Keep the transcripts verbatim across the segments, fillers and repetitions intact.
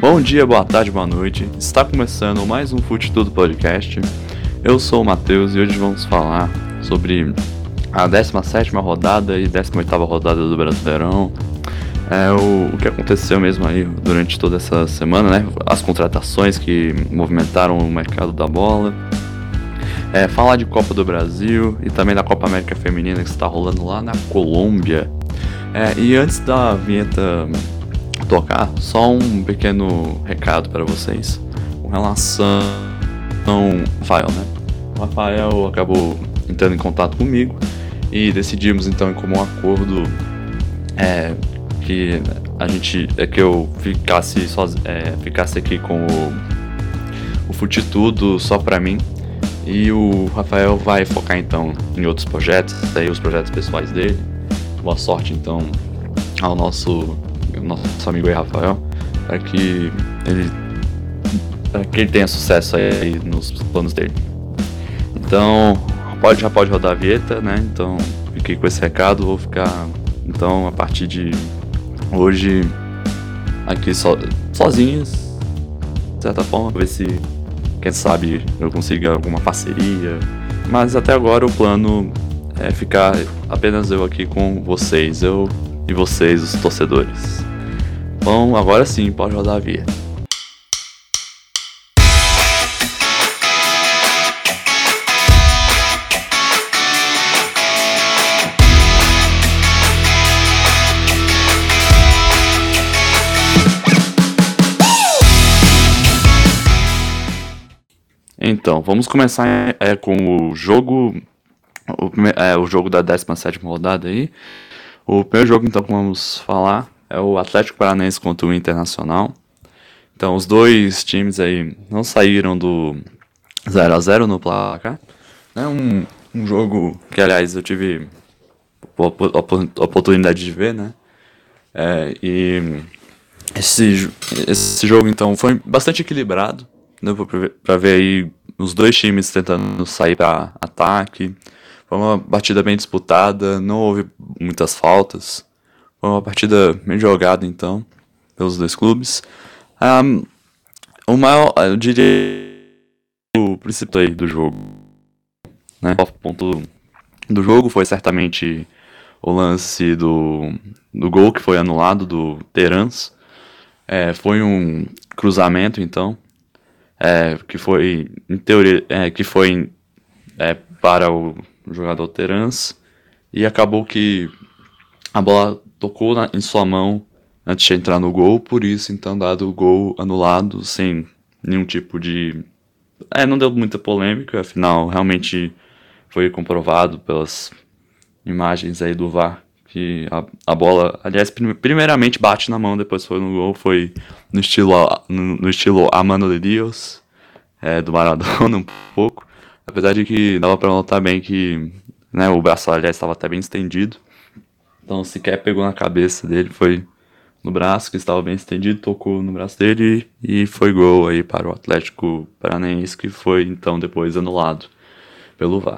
Bom dia, boa tarde, boa noite. Está começando mais um Fute Tudo Podcast. Eu sou o Matheus e hoje vamos falar sobre a décima sétima rodada e décima oitava rodada do Brasileirão. É, o, o que aconteceu mesmo aí durante toda essa semana, né? As contratações que movimentaram o mercado da bola. É, falar de Copa do Brasil e também da Copa América Feminina que está rolando lá na Colômbia. É, e antes da vinheta tocar, só um pequeno recado para vocês com relação ao Rafael, né? O Rafael acabou entrando em contato comigo e decidimos então em comum acordo é, que a gente é que eu ficasse soz, é, ficasse aqui com o, o Fute Tudo só para mim, e o Rafael vai focar então em outros projetos, aí os projetos pessoais dele. Boa sorte então ao nosso nosso amigo aí, Rafael, para que ele para que ele tenha sucesso aí nos planos dele. Então, pode, já pode rodar a vinheta, né? Então, fiquei com esse recado, vou ficar então a partir de hoje aqui so, sozinhos, de certa forma, ver se quem sabe eu consiga alguma parceria, mas até agora o plano é ficar apenas eu aqui com vocês, eu e vocês, os torcedores. Bom, agora sim, pode rodar a vinheta. Então, vamos começar é, com o jogo o, é, o jogo da décima sétima rodada aí. O primeiro jogo então que vamos falar é o Atlético Paranaense contra o Internacional. Então os dois times aí não saíram do zero a zero no placar. É um, um jogo que, aliás, eu tive a oportunidade de ver, né? É, e esse, esse jogo então foi bastante equilibrado. Deu pra ver aí os dois times tentando sair para ataque. Foi uma partida bem disputada, não houve muitas faltas. Foi uma partida bem jogada, então, pelos dois clubes. Um, o maior, eu diria, o principal aí do jogo, né? O ponto do jogo foi certamente o lance do, do gol que foi anulado do Terans. É, foi um cruzamento, então, é, que foi, em teoria, é, que foi é, para o jogador Terans, e acabou que a bola tocou na, em sua mão antes de entrar no gol, por isso então dado o gol anulado sem nenhum tipo de... É, não deu muita polêmica, afinal realmente foi comprovado pelas imagens aí do V A R que a, a bola, aliás, prim, primeiramente bate na mão, depois foi no gol, foi no estilo, no, no estilo A Mano de Dios, é, do Maradona um pouco, apesar de que dava pra notar bem que, né, o braço, aliás, estava até bem estendido. Então sequer pegou na cabeça dele, foi no braço que estava bem estendido, tocou no braço dele e foi gol aí para o Atlético Paranaense, que foi então depois anulado pelo V A R.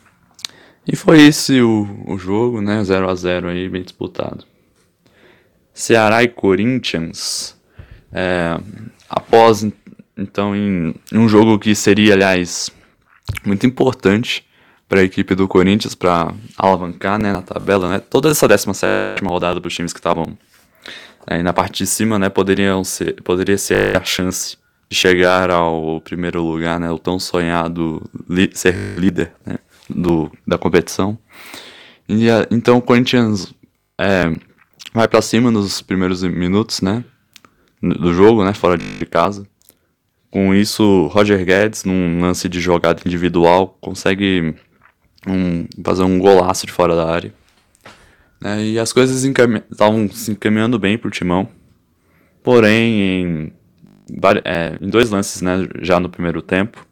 E foi esse o, o jogo, né, zero a zero aí, bem disputado. Ceará e Corinthians, é, após então em, em um jogo que seria, aliás, muito importante para a equipe do Corinthians, para alavancar, né, na tabela, né, toda essa décima sétima rodada para os times que estavam aí na parte de cima, né, poderiam ser, poderia ser a chance de chegar ao primeiro lugar, né, o tão sonhado li, ser líder, né, do, da competição. E a, então o Corinthians é, vai para cima nos primeiros minutos, né, do jogo, né, fora de casa. Com isso, Roger Guedes, num lance de jogada individual, consegue Um, fazer um golaço de fora da área, né, e as coisas estavam se encaminhando bem pro Timão, porém em, é, em dois lances, né, já no primeiro tempo,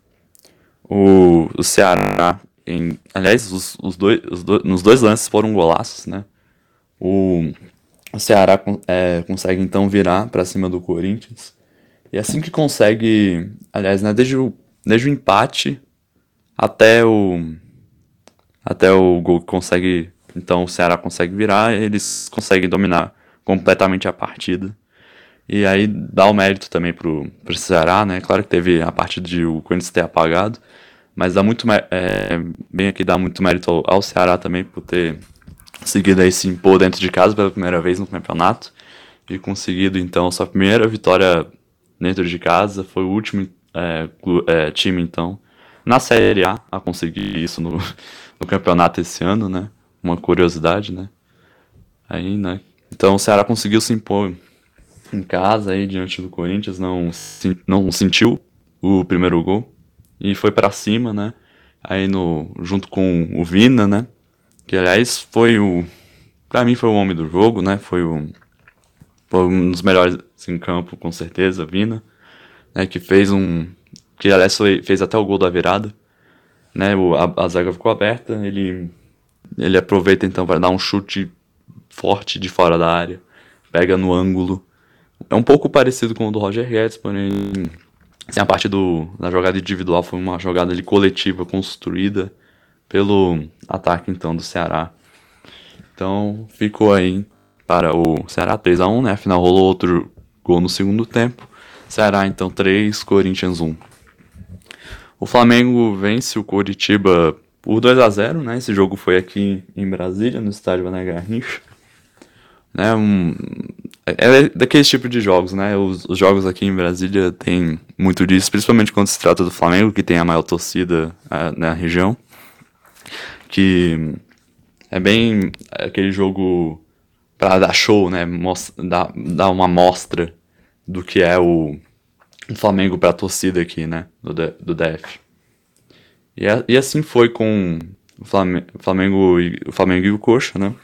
o, o Ceará, em, aliás, os, os dois, os dois, nos dois lances foram golaços, né, o, o Ceará é, consegue então virar para cima do Corinthians, e assim que consegue, aliás, né, desde o, desde o empate até o Até o gol que consegue, então o Ceará consegue virar, eles conseguem dominar completamente a partida. E aí dá o mérito também pro, pro Ceará, né? Claro que teve a parte de o Corinthians ter apagado, mas dá muito é, bem aqui dá muito mérito ao, ao Ceará também por ter seguido aí se impor dentro de casa pela primeira vez no campeonato e conseguido então sua primeira vitória dentro de casa. Foi o último é, é, time então na Série A a conseguir isso no, no campeonato esse ano, né? Uma curiosidade, né? Aí, né? Então o Ceará conseguiu se impor em casa aí diante do Corinthians, não, não sentiu o primeiro gol e foi pra cima, né? Aí no junto com o Vina, né? Que aliás foi o pra mim foi o homem do jogo, né? Foi o foi um dos melhores em campo, com certeza, Vina, né, que fez um que aliás foi, fez até o gol da virada, né? O, a, a zaga ficou aberta, ele ele aproveita então para dar um chute forte de fora da área, pega no ângulo. É um pouco parecido com o do Roger Guedes, porém assim, a parte do, da jogada individual foi uma jogada ali coletiva construída pelo ataque então do Ceará. Então ficou aí para o Ceará três a um, né? Afinal rolou outro gol no segundo tempo. Ceará então três, Corinthians um. O Flamengo vence o Coritiba por dois a zero, né? Esse jogo foi aqui em Brasília, no estádio Mané Garrincha. Né? Um, é daqueles tipos de jogos, né? Os, os jogos aqui em Brasília tem muito disso, principalmente quando se trata do Flamengo, que tem a maior torcida uh, na região. Que é bem aquele jogo para dar show, né? Mostra, dar, dar uma amostra do que é o, o Flamengo para a torcida aqui, né? Do, do D F. E, e assim foi com o Flamengo, o Flamengo, e, o Flamengo e o Coxa, né?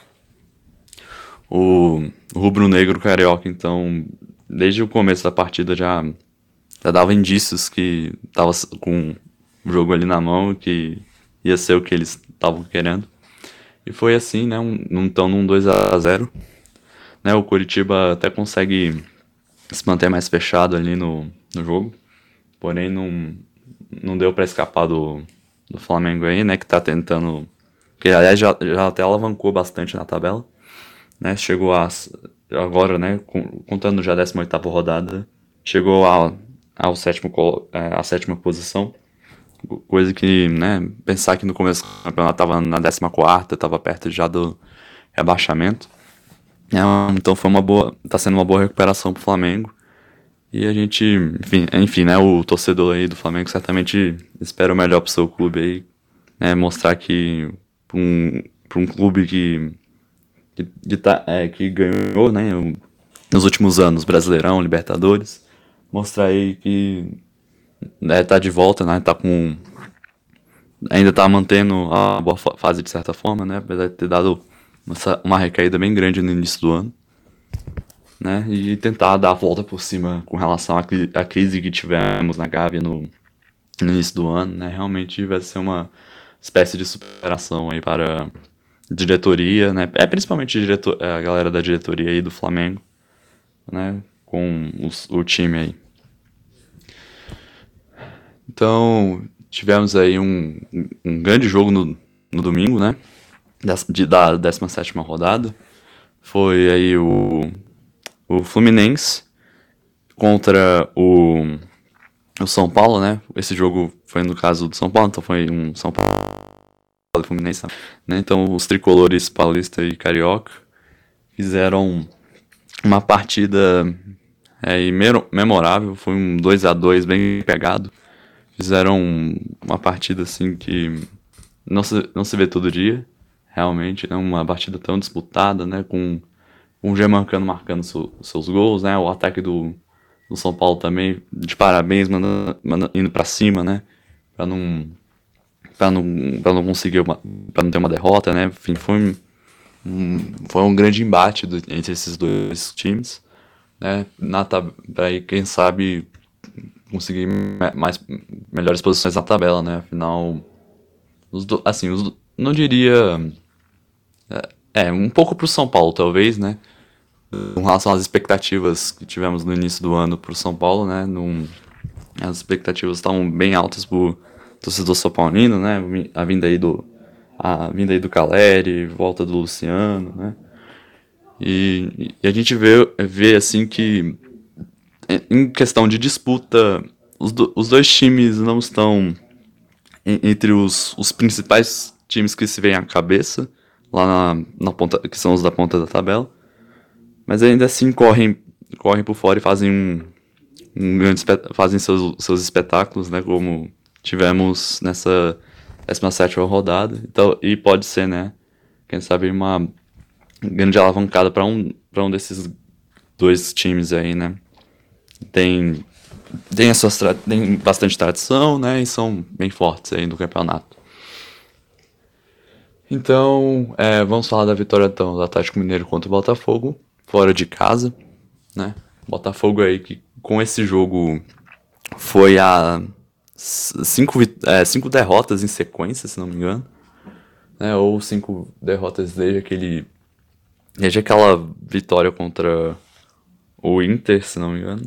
O, o rubro-negro carioca, então, desde o começo da partida já, já dava indícios que tava com o jogo ali na mão, que ia ser o que eles estavam querendo. E foi assim, né? Um, então, num dois a zero. Né, o Coritiba até consegue se manter mais fechado ali no, no jogo. Porém, não, não deu para escapar do, do Flamengo aí, né? Que tá tentando... Que, aliás, já, já até alavancou bastante na tabela. Né, chegou a... Agora, né? Contando já a décima oitava rodada. Chegou a, ao sétimo, a sétima posição. Coisa que, né? Pensar que no começo do campeonato tava na décima quarta, tava perto já do rebaixamento. Então foi uma boa, tá sendo uma boa recuperação pro Flamengo. E a gente, enfim, enfim, né, o torcedor aí do Flamengo certamente espera o melhor pro seu clube aí, né, mostrar que pra um, pra um clube que que, que, tá, é, que ganhou, né, nos últimos anos, Brasileirão, Libertadores, mostrar aí que, né, tá de volta, né, tá com ainda tá mantendo a boa fase de certa forma, né, apesar de ter dado uma, uma recaída bem grande no início do ano, né, e tentar dar a volta por cima com relação à, à crise que tivemos na Gávea no, no início do ano, né, realmente vai ser uma espécie de superação aí para a diretoria, né, é principalmente diretor, a galera da diretoria aí do Flamengo, né, com os, o time aí. Então, tivemos aí um, um grande jogo no, no domingo, né, da, de, da décima sétima rodada. Foi aí o, o Fluminense contra o, o São Paulo, né? Esse jogo foi no caso do São Paulo, então foi um São Paulo e Fluminense, né? Então os tricolores paulista e carioca fizeram uma partida é, memorável, foi um dois a dois bem pegado. Fizeram uma partida assim que não se, não se vê todo dia, realmente, é uma partida tão disputada, né, com, com o Germancano marcando seu, seus gols, né, o ataque do, do São Paulo também, de parabéns, mandando, mandando, indo pra cima, né, pra não, pra não, pra não conseguir, uma, pra não ter uma derrota, né, enfim, foi um, foi um grande embate do, entre esses dois times, né, na tab- pra aí, quem sabe conseguir mais, melhores posições na tabela, né, afinal, os do, assim, os, não diria... É, um pouco pro São Paulo, talvez, né? Com relação às expectativas que tivemos no início do ano pro São Paulo, né? Num, as expectativas estavam bem altas pro torcedor são paulino, né? A vinda aí do, a vinda aí do Caleri, volta do Luciano, né? E, e a gente vê, vê assim que em questão de disputa, os, do, os dois times não estão em, entre os, os principais times que se vêm à cabeça, lá na, na ponta, que são os da ponta da tabela, mas ainda assim correm, correm por fora e fazem um, um grande fazem seus, seus espetáculos, né, como tivemos nessa décima sétima rodada, então, e pode ser, né, quem sabe uma grande alavancada para um, para um desses dois times aí, né. Tem, tem, as suas tra- tem bastante tradição, né, e são bem fortes aí no campeonato. Então, é, vamos falar da vitória então, do Atlético Mineiro contra o Botafogo, fora de casa, né. Botafogo aí que com esse jogo foi a cinco, é, cinco derrotas em sequência, se não me engano, né, ou cinco derrotas desde aquele desde aquela vitória contra o Inter, se não me engano.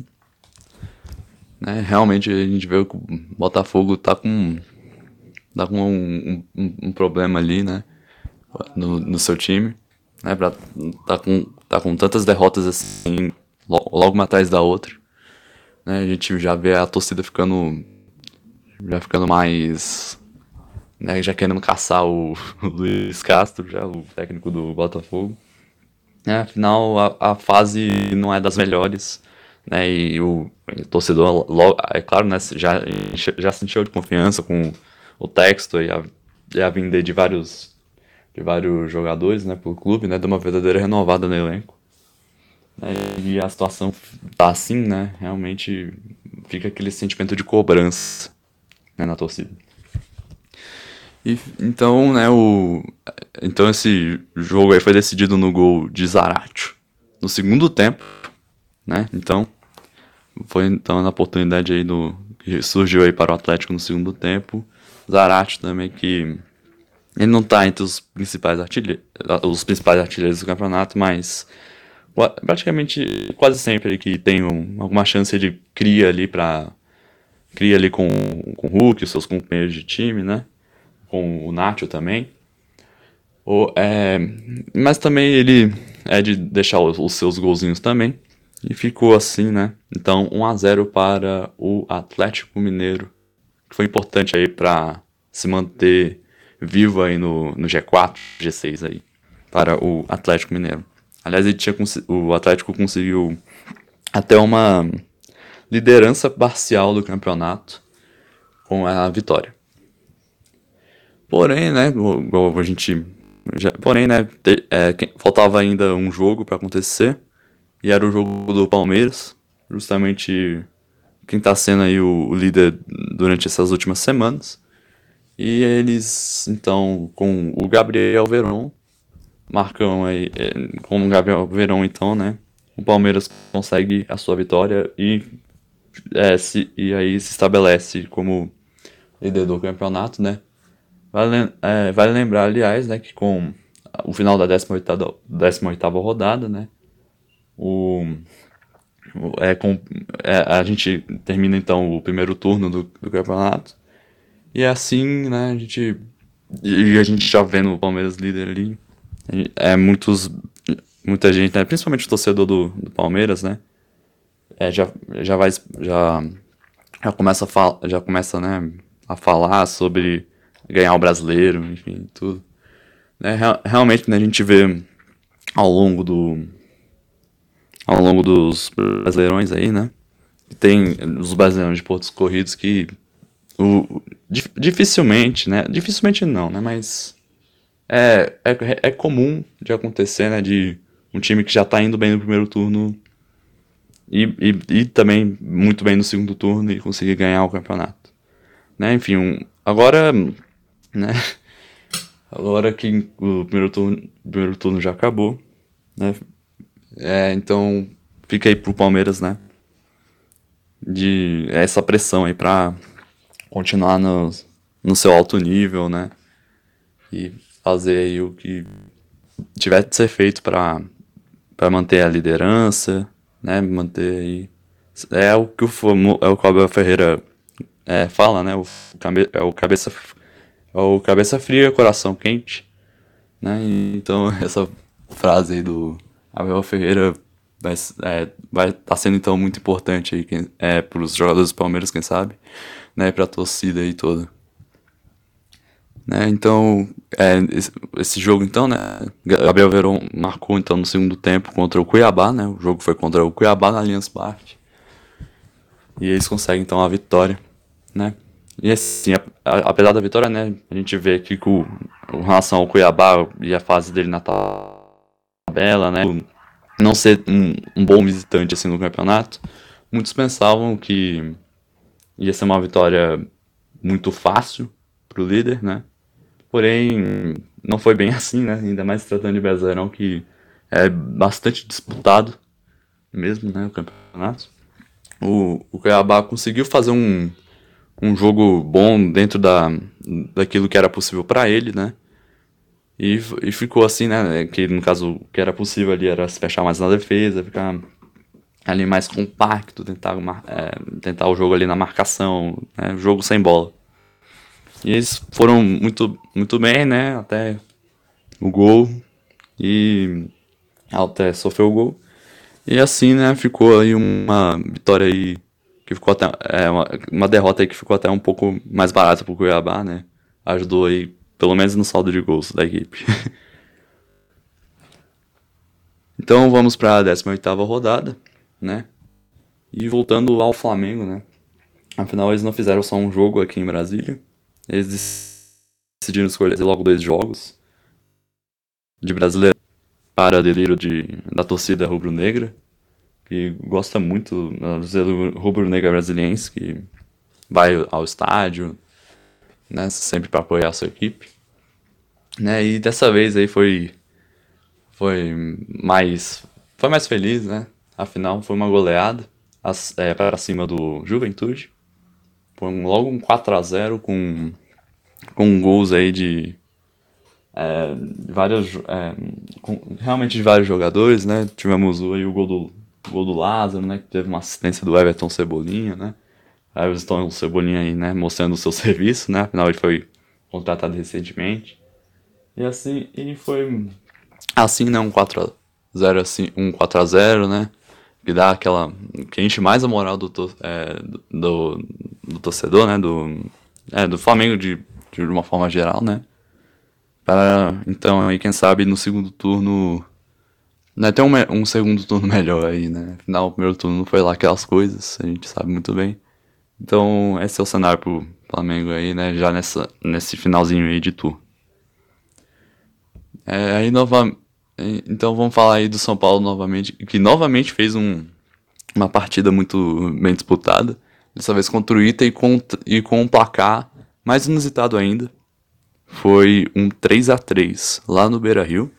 Né, realmente a gente vê que o Botafogo tá com tá com um, um, um problema ali, né, no, no seu time, né, pra, tá, com, tá com tantas derrotas assim, logo, logo uma atrás da outra, né, a gente já vê a torcida ficando já ficando mais, né, já querendo caçar o, o Luiz Castro, já o técnico do Botafogo. É, afinal, a, a fase não é das melhores, né? E o, o torcedor, logo, é claro, né? Já, já se encheu de confiança com o texto e a, e a vinda de vários, de vários jogadores, né? Pelo clube, né? Deu uma verdadeira renovada no elenco. Né, e a situação tá assim, né? Realmente fica aquele sentimento de cobrança, né, na torcida. E, então, né, o, então esse jogo aí foi decidido no gol de Zaratio no segundo tempo, né? Então, foi então na oportunidade aí do que surgiu aí para o Atlético no segundo tempo. Zaratio também que ele não tá entre os principais artilheiros, os principais artilheiros do campeonato, mas praticamente quase sempre que tem um, alguma chance ele cria ali para cria ali com, com o Hulk, os seus companheiros de time, né? Com o Nacho também. O, é, mas também ele é de deixar os, os seus golzinhos também. E ficou assim, né? Então um a zero para o Atlético Mineiro. Que foi importante aí para se manter vivo aí no, no G quatro, G seis aí. Para o Atlético Mineiro. Aliás, ele tinha, o Atlético conseguiu até uma liderança parcial do campeonato com a vitória. Porém, né, igual a gente já, porém, né, te, é, faltava ainda um jogo para acontecer e era o jogo do Palmeiras, justamente quem tá sendo aí o, o líder durante essas últimas semanas. E eles, então, com o Gabriel Veron, marcam aí, é, com o Gabriel Veron, então, né, o Palmeiras consegue a sua vitória e, é, se, e aí se estabelece como líder do campeonato, né. Vale, é, vale lembrar, aliás, né, que com o final da décima oitava, décima oitava rodada, né, o, o- é, com, é, a gente termina então o primeiro turno do, do campeonato, e assim, né, a gente, e a gente já vendo o Palmeiras líder ali, é muitos, muita gente, né, principalmente o torcedor do, do Palmeiras, né, é, já, já vai, já, já começa a fal, já começa, né, a falar sobre ganhar o brasileiro, enfim, tudo. É, real- realmente, né, a gente vê ao longo do ao longo dos brasileirões aí, né, tem os brasileirões de pontos corridos que o, dif- dificilmente, né, dificilmente não, né, mas é, é, é comum de acontecer, né, de um time que já tá indo bem no primeiro turno e, e, e também muito bem no segundo turno e conseguir ganhar o campeonato, né, enfim, um, agora, né, agora que o primeiro turno, primeiro turno já acabou, né, é, então fica aí pro Palmeiras, né? De essa pressão aí pra continuar no, no seu alto nível, né? E fazer aí o que tiver de ser feito pra, pra manter a liderança, né? Manter aí. É o que o, Famo- é o que o Abel Ferreira é, fala, né? O, cabe- é o cabeça, é o cabeça fria, coração quente, né? E, então essa frase aí do Abel Ferreira vai é, vai tá sendo então muito importante aí quem, é, para os jogadores do Palmeiras, quem sabe, né, para a torcida aí toda. Né, então, é, esse, esse jogo então, né, Gabriel Veron marcou então no segundo tempo contra o Cuiabá, né, o jogo foi contra o Cuiabá na Allianz Parque, e eles conseguem então a vitória, né, e assim, a, a, apesar da vitória, né, a gente vê aqui que o, com relação ao Cuiabá e a fase dele na tabela, né, não ser um, um bom visitante assim no campeonato, muitos pensavam que ia ser uma vitória muito fácil pro líder, né, porém, não foi bem assim, né? Ainda mais se tratando de Brasileirão, que é bastante disputado mesmo, né? O campeonato. O, o Cuiabá conseguiu fazer um, um jogo bom dentro da, daquilo que era possível para ele, né? E, e ficou assim, né? Que no caso, o que era possível ali era se fechar mais na defesa, ficar ali mais compacto, tentar, é, tentar o jogo ali na marcação, né? Jogo sem bola. E eles foram muito, muito bem, né? Até o gol. E até sofreu o gol. E assim, né? Ficou aí uma vitória aí que ficou até. É, uma, uma derrota aí que ficou até um pouco mais barata pro Cuiabá, né? Ajudou aí, pelo menos no saldo de gols da equipe. Então vamos para a décima oitava rodada, né? E voltando ao Flamengo, né? Afinal, eles não fizeram só um jogo aqui em Brasília. Eles decidiram escolher logo dois jogos de brasileiro para delírio de, da torcida rubro-negra, que gosta muito da torcida rubro-negra brasiliense, que vai ao estádio, né, sempre para apoiar a sua equipe. Né, e dessa vez aí foi, foi mais foi mais feliz, né? Afinal, foi uma goleada é, para cima do Juventude. Foi um, logo um quatro a zero com, com gols aí de É, vários, é, com, realmente de vários jogadores, né? Tivemos aí o gol do, gol do Lázaro, né? Que teve uma assistência do Everton Cebolinha, né? Everton Cebolinha aí, né? Mostrando o seu serviço, né? Afinal, ele foi contratado recentemente. E assim, e foi assim, né? Um quatro a zero, assim, um quatro a zero, né? Que dá aquela. Que enche mais a moral do, é, do, do torcedor, né? Do, é, do Flamengo de, de uma forma geral, né? Para, então, aí, quem sabe no segundo turno. Né, ter um, um segundo turno melhor aí, né? Afinal, o primeiro turno não foi lá aquelas coisas, a gente sabe muito bem. Então, esse é o cenário pro Flamengo aí, né? Já nessa, nesse finalzinho aí de tour. É, aí, nova, então, vamos falar aí do São Paulo novamente, que novamente fez um, uma partida muito bem disputada. Dessa vez contra o Ita e com, e com um placar mais inusitado ainda. Foi um três a três lá no Beira-Rio.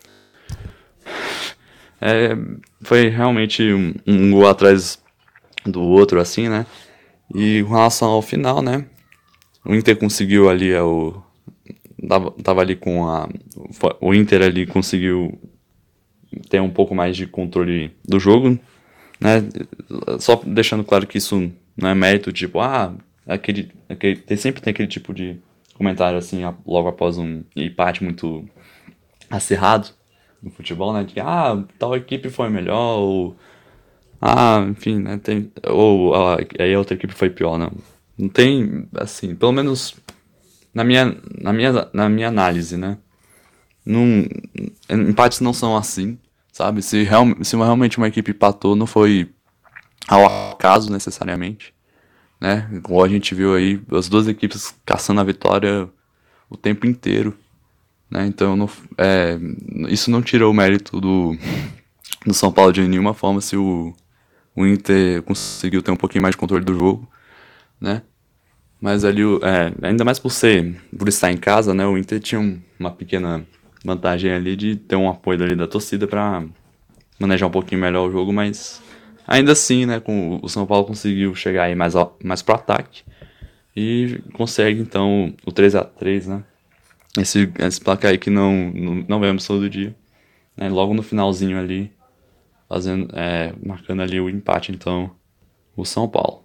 É, foi realmente um, um gol atrás do outro, assim, né? E com relação ao final, né? O Inter conseguiu ali, é, o, tava, tava ali com a... O Inter ali conseguiu ter um pouco mais de controle do jogo, né? Só deixando claro que isso não é mérito, tipo, ah, aquele, aquele, tem, sempre tem aquele tipo de comentário, assim, logo após um empate muito acirrado no futebol, né? De, ah, tal equipe foi melhor, ou... Ah, enfim, né? Tem, ou ah, aí a outra equipe foi pior, não. Não tem, assim, pelo menos na minha, na minha, na minha análise, né? Não, empates não são assim, sabe? Se, real, se realmente uma equipe empatou, não foi ao acaso necessariamente, né? Como a gente viu aí, as duas equipes caçando a vitória o tempo inteiro, né? Então, não, é, isso não tirou o mérito do, do São Paulo de nenhuma forma se o o Inter conseguiu ter um pouquinho mais de controle do jogo, né? Mas ali, é, ainda mais por ser, por estar em casa, né? O Inter tinha um, uma pequena vantagem ali de ter um apoio ali da torcida para manejar um pouquinho melhor o jogo, mas ainda assim, né? Com, o São Paulo conseguiu chegar aí mais, mais pro ataque e consegue então o três a três, né? Esse, esse placar aí que não, não, não vemos todo dia, né? Logo no finalzinho ali, fazendo, é, marcando ali o empate, então, o São Paulo.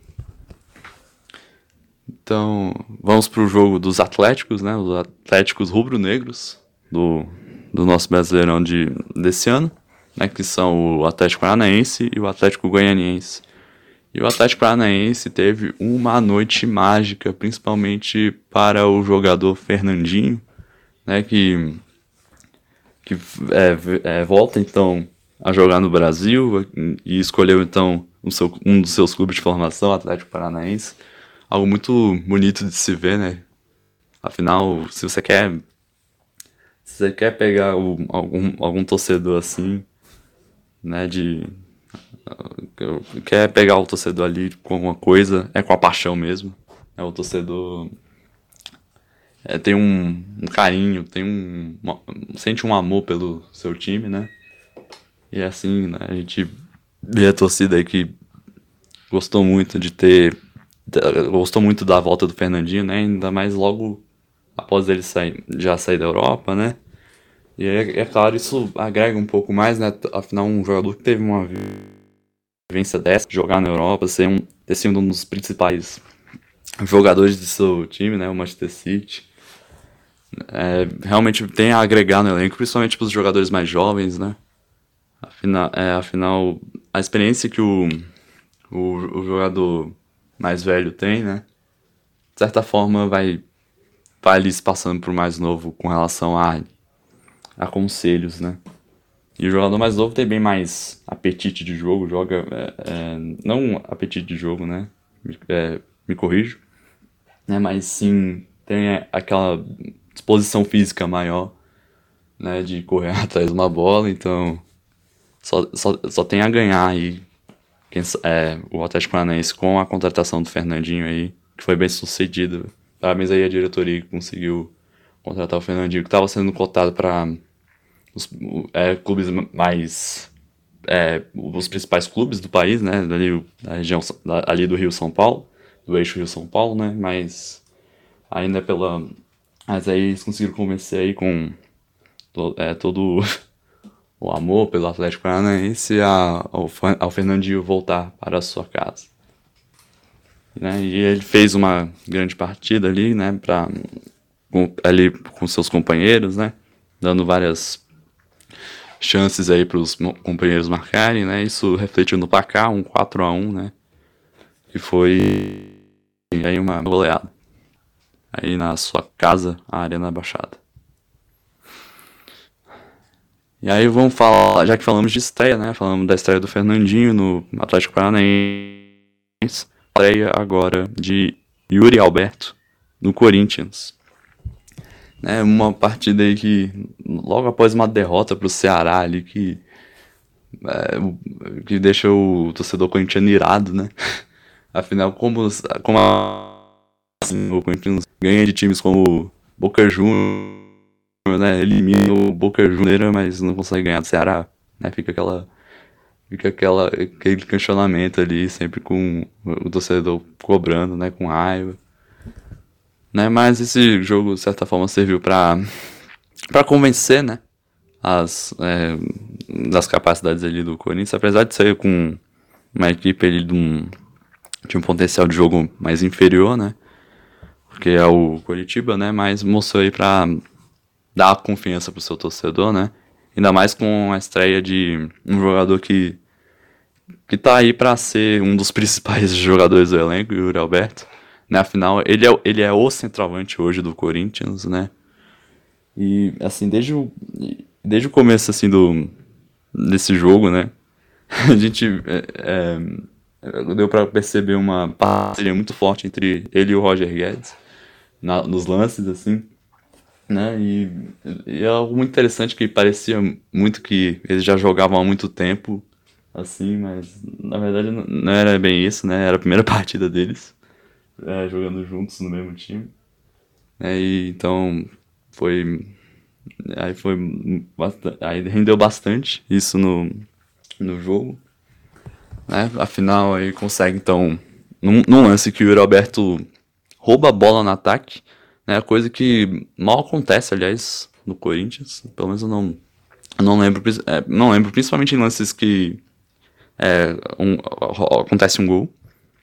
Então, vamos pro jogo dos Atléticos, né? Os Atléticos rubro-negros do, do nosso Brasileirão de, desse ano. né, que são o Atlético Paranaense e o Atlético Goianiense. E o Atlético Paranaense teve uma noite mágica, principalmente para o jogador Fernandinho, né, que, que é, é, volta então a jogar no Brasil e escolheu então um, seu, um dos seus clubes de formação, o Atlético Paranaense. Algo muito bonito de se ver, né? Afinal, se você quer, se você quer pegar o, algum, algum torcedor assim, né, de quer pegar o torcedor ali com alguma coisa, é com a paixão mesmo. É o torcedor é, tem um, um carinho, tem um uma, sente um amor pelo seu time, né? E é assim, né, a gente vê a torcida aí que gostou muito de ter gostou muito da volta do Fernandinho, né? Ainda mais logo após ele sair, já sair da Europa, né? E é, é claro, isso agrega um pouco mais, né? Afinal, um jogador que teve uma vivência dessa, jogar na Europa, ser um, ter sido um dos principais jogadores de seu time, né? O Manchester City. É, realmente tem a agregar no elenco, principalmente para os jogadores mais jovens, né? Afinal, é, afinal a experiência que o, o, o jogador mais velho tem, né? De certa forma, vai, vai ali se passando por mais novo com relação a, a conselhos, né? E o jogador mais novo tem bem mais apetite de jogo, joga. É, é, não apetite de jogo, né? Me, é, me corrijo. Né? Mas sim tem aquela disposição física maior, né? De correr atrás de uma bola, então só, só, só tem a ganhar aí quem, é, o Atlético Paranaense com a contratação do Fernandinho aí, que foi bem sucedido. Parabéns aí a diretoria que conseguiu contratar o Fernandinho, que estava sendo cotado para os é, clubes mais. É, os principais clubes do país, né? Ali, da região da, ali do Rio São Paulo, do eixo Rio São Paulo, né? Mas ainda pela. Mas aí eles conseguiram convencer aí com to, é, todo o amor pelo Atlético Paranaense a, ao, ao Fernandinho voltar para a sua casa. Né? E ele fez uma grande partida ali, né? Pra, com, ali com seus companheiros, né? Dando várias chances aí para os companheiros marcarem, né? Isso refletiu no placar, um quatro a um, né? E foi aí uma goleada. Aí na sua casa, a Arena Baixada. E aí vamos falar, já que falamos de estreia, né? Falamos da estreia do Fernandinho no Atlético Paranaense. Estreia agora de Yuri Alberto no Corinthians. É uma partida aí que, logo após uma derrota pro Ceará ali, que, é, que deixa o torcedor corintiano irado, né? Afinal, como, como assim, o Corinthians ganha de times como Boca Juniors, né? Elimina o Boca Juniors, mas não consegue ganhar do Ceará, né? Fica aquela, fica aquela, aquele questionamento ali, sempre com o torcedor cobrando, né? Com raiva. Né? Mas esse jogo, de certa forma, serviu pra, pra convencer, né? As, é, das capacidades ali do Corinthians, apesar de ser com uma equipe ali de um, de um potencial de jogo mais inferior, né? Porque é o Coritiba, né? Mas mostrou aí pra dar confiança pro seu torcedor, né? Ainda mais com a estreia de um jogador que, que tá aí pra ser um dos principais jogadores do elenco, o Yuri Alberto. Né? Afinal, ele é, ele é o centroavante hoje do Corinthians, né? E, assim, desde o, desde o começo, assim, do, desse jogo, né? A gente é, é, deu pra perceber uma parceria muito forte entre ele e o Roger Guedes na, nos lances, assim, né? E, e é algo muito interessante que parecia muito que eles já jogavam há muito tempo, assim, mas na verdade não, não era bem isso, né? Era a primeira partida deles. É, jogando juntos no mesmo time. É, e então foi. Aí foi. Bastante, aí rendeu bastante isso no, no jogo. Né? Afinal, aí consegue então. Num, num lance que o Yuri Alberto rouba a bola no ataque. Né? Coisa que mal acontece, aliás, no Corinthians. Pelo menos eu não. Eu não lembro. É, não lembro, principalmente em lances que. É, um, acontece um gol.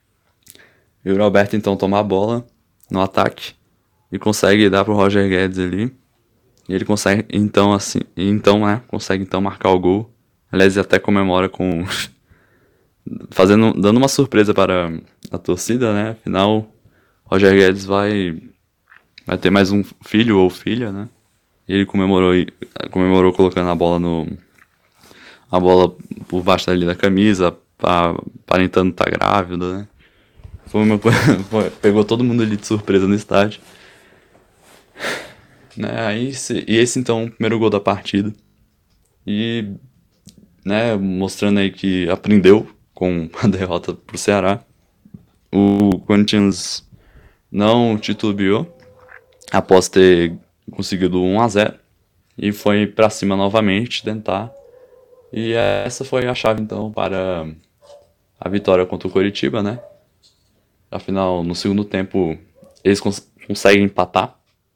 E o Alberto então toma a bola no ataque e consegue dar pro Roger Guedes ali. E ele consegue então assim, então, né, consegue então marcar o gol Aliás, ele até comemora com fazendo, dando uma surpresa para a torcida, né? Afinal, Roger Guedes vai, vai ter mais um filho ou filha, né? E ele comemorou, comemorou colocando a bola no a bola por baixo ali da camisa, aparentando estar grávida, né? Foi uma coisa, pegou todo mundo ali de surpresa no estádio. Né? Aí, e esse então, o primeiro gol da partida. E, né, mostrando aí que aprendeu com a derrota pro Ceará. O Corinthians não titubeou após ter conseguido um a zero e foi pra cima novamente tentar. E essa foi a chave então para a vitória contra o Coritiba, né? Afinal, no segundo tempo eles cons conseguem empatar.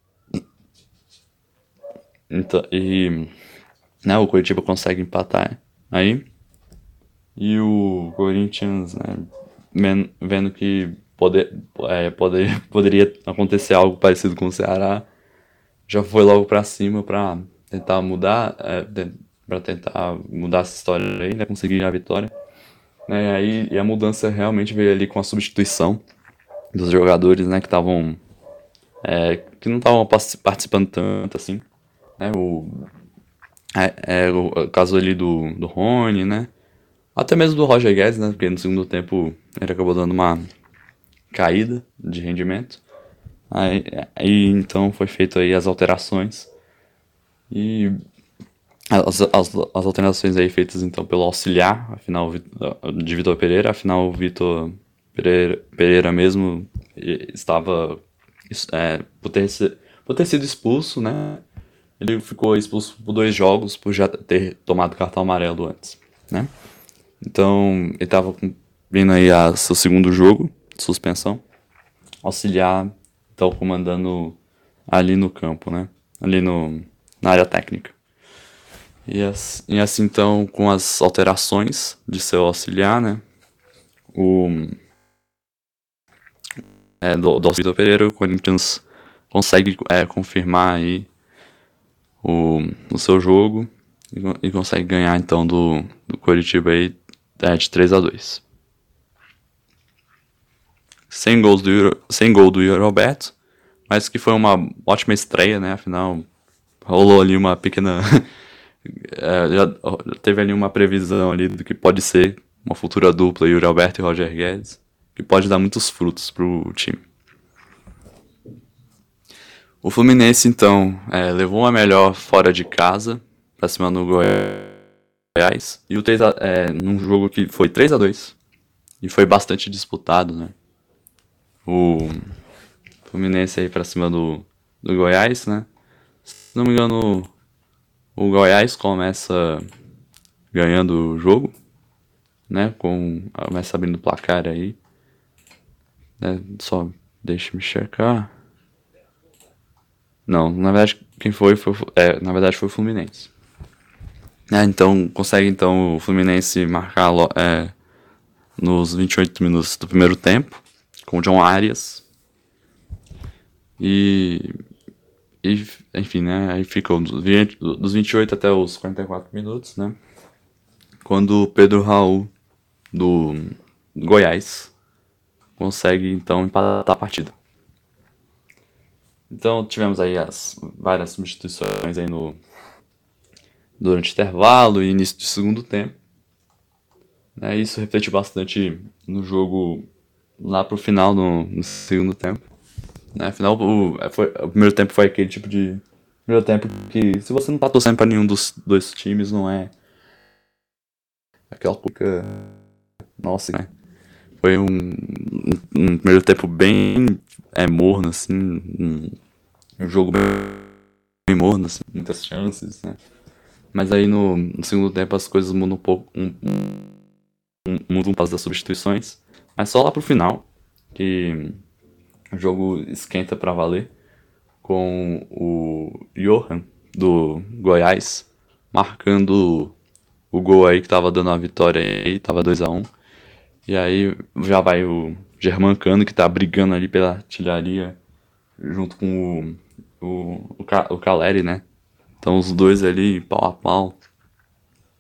Então, e né, o Coritiba consegue empatar aí. E o Corinthians, né, vendo que poder, é, poder, poderia acontecer algo parecido com o Ceará, já foi logo pra cima pra tentar mudar, é, para tentar mudar essa história aí, né, conseguir a vitória. Né, aí, e a mudança realmente veio ali com a substituição dos jogadores, né, que estavam é, que não estavam participando tanto assim, né, o, é, é, o caso ali do, do Rony, né, até mesmo do Roger Guedes, né, porque no segundo tempo ele acabou dando uma caída de rendimento. Aí, aí então foi feito aí as alterações e as, as, as alterações aí feitas então pelo auxiliar, afinal de Vitor Pereira, afinal o Vitor Pereira, Pereira mesmo estava é, por, ter, por ter sido expulso, né? Ele ficou expulso por dois jogos por já ter tomado cartão amarelo antes, né? Então ele estava vindo aí a seu segundo jogo de suspensão, auxiliar então comandando ali no campo, né? Ali no, na área técnica. E assim, e assim então, com as alterações de seu auxiliar, né? O é, do, do Vitor Pereira, o Corinthians consegue é, confirmar aí o, o seu jogo e, e consegue ganhar então do, do Coritiba aí é, de três a dois. Sem gols do sem gol do Yuri Alberto, mas que foi uma ótima estreia, né? Afinal, rolou ali uma pequena é, já teve ali uma previsão ali do que pode ser uma futura dupla, Yuri Alberto e Roger Guedes, que pode dar muitos frutos pro time. O Fluminense, então, é, levou a melhor fora de casa, pra cima do Goiás, e o três a, é, num jogo que foi três a dois, e foi bastante disputado, né? O Fluminense aí pra cima do, do Goiás, né? Se não me engano, o Goiás começa ganhando o jogo, né? Com, começa abrindo o placar aí. Né? Só deixa-me checar. Não, na verdade, quem foi, foi é, na verdade foi o Fluminense. É, então, consegue então o Fluminense marcar é, nos vinte e oito minutos do primeiro tempo, com o John Arias. E, e enfim, né, aí ficou dos vinte e oito até os quarenta e quatro minutos, né, quando o Pedro Raul, do Goiás, consegue então empatar a partida. Então tivemos aí as várias substituições aí no, durante o intervalo e início do segundo tempo. Né, isso refletiu bastante no jogo lá pro final, no, no segundo tempo. Né, afinal, o, foi, o primeiro tempo foi aquele tipo de primeiro tempo que, se você não tá torcendo pra nenhum dos dois times, não é aquela coisa... Nossa, né? Foi um, um, um primeiro tempo bem é, morno, assim, um, um jogo bem, bem morno, assim, muitas chances, né? Mas aí no, no segundo tempo as coisas mudam um pouco, um, um, mudam um pouco das substituições, mas só lá pro final que o jogo esquenta pra valer, com o Johan do Goiás marcando o gol aí que tava dando a vitória aí, tava dois a um. E aí já vai o Germancano, que tá brigando ali pela artilharia junto com o, o, o, o Caleri, né? Então os dois ali pau a pau.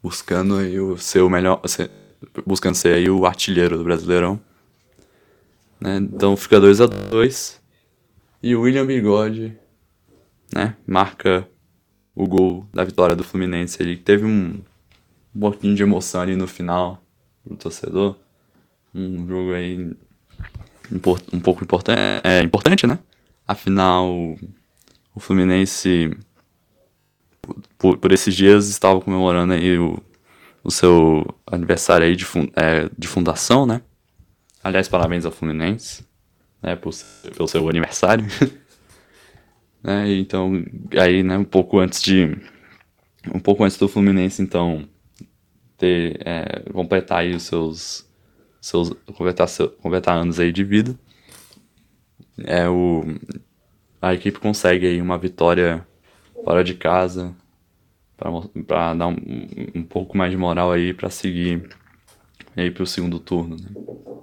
buscando aí o seu melhor, se- buscando ser aí o artilheiro do Brasileirão, né? Então fica dois a dois e o William Bigode, né, marca o gol da vitória do Fluminense. Ele teve um, um pouquinho de emoção ali no final pro torcedor. Um jogo aí impor- um pouco importante, é, importante, né? Afinal, o Fluminense, por, por esses dias, estava comemorando aí o, o seu aniversário aí de, fun- é, de fundação, né? Aliás, parabéns ao Fluminense, né, por, pelo seu aniversário. né? Então, aí, né, um pouco antes de um pouco antes do Fluminense, então, ter é, completar aí os seus seus completar, seu, completar anos aí de vida, é o a equipe consegue aí uma vitória fora de casa para dar um, um pouco mais de moral aí para seguir aí para o segundo turno, né?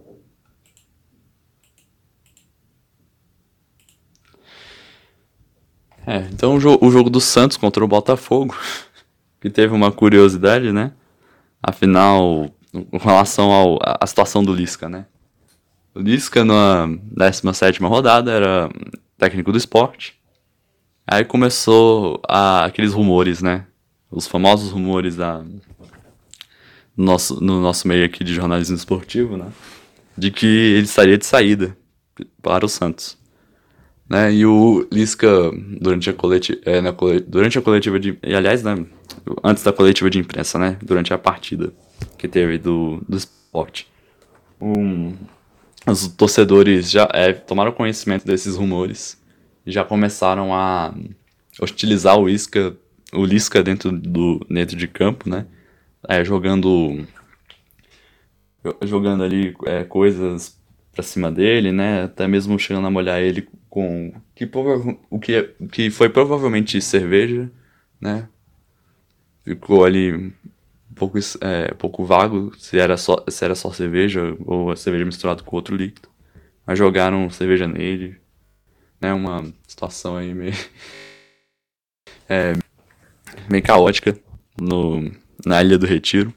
É, então o, jo o jogo do Santos contra o Botafogo, que teve uma curiosidade, né? Afinal, com relação ao, à situação do Lisca, né? O Lisca, na décima sétima rodada, era técnico do Sport. Aí começou a, aqueles rumores, né? Os famosos rumores da, no, nosso, no nosso meio aqui de jornalismo esportivo, né? De que ele estaria de saída para o Santos. Né? E o Lisca, durante a coletiva, é, na cole, durante a coletiva de... E, aliás, né? Antes da coletiva de imprensa, né? Durante a partida que teve do, do Sport. Um, os torcedores já é, tomaram conhecimento desses rumores e já começaram a hostilizar o Lisca, o Lisca dentro, do, dentro de campo, né? É, jogando jogando ali é, coisas pra cima dele, né? Até mesmo chegando a molhar ele com que prova- o que que foi provavelmente cerveja, né? Ficou ali um pouco es- é, pouco vago se era só se era só cerveja ou a cerveja misturada com outro líquido. Mas jogaram cerveja nele, né? Uma situação aí meio, meio caótica no, na Ilha do Retiro.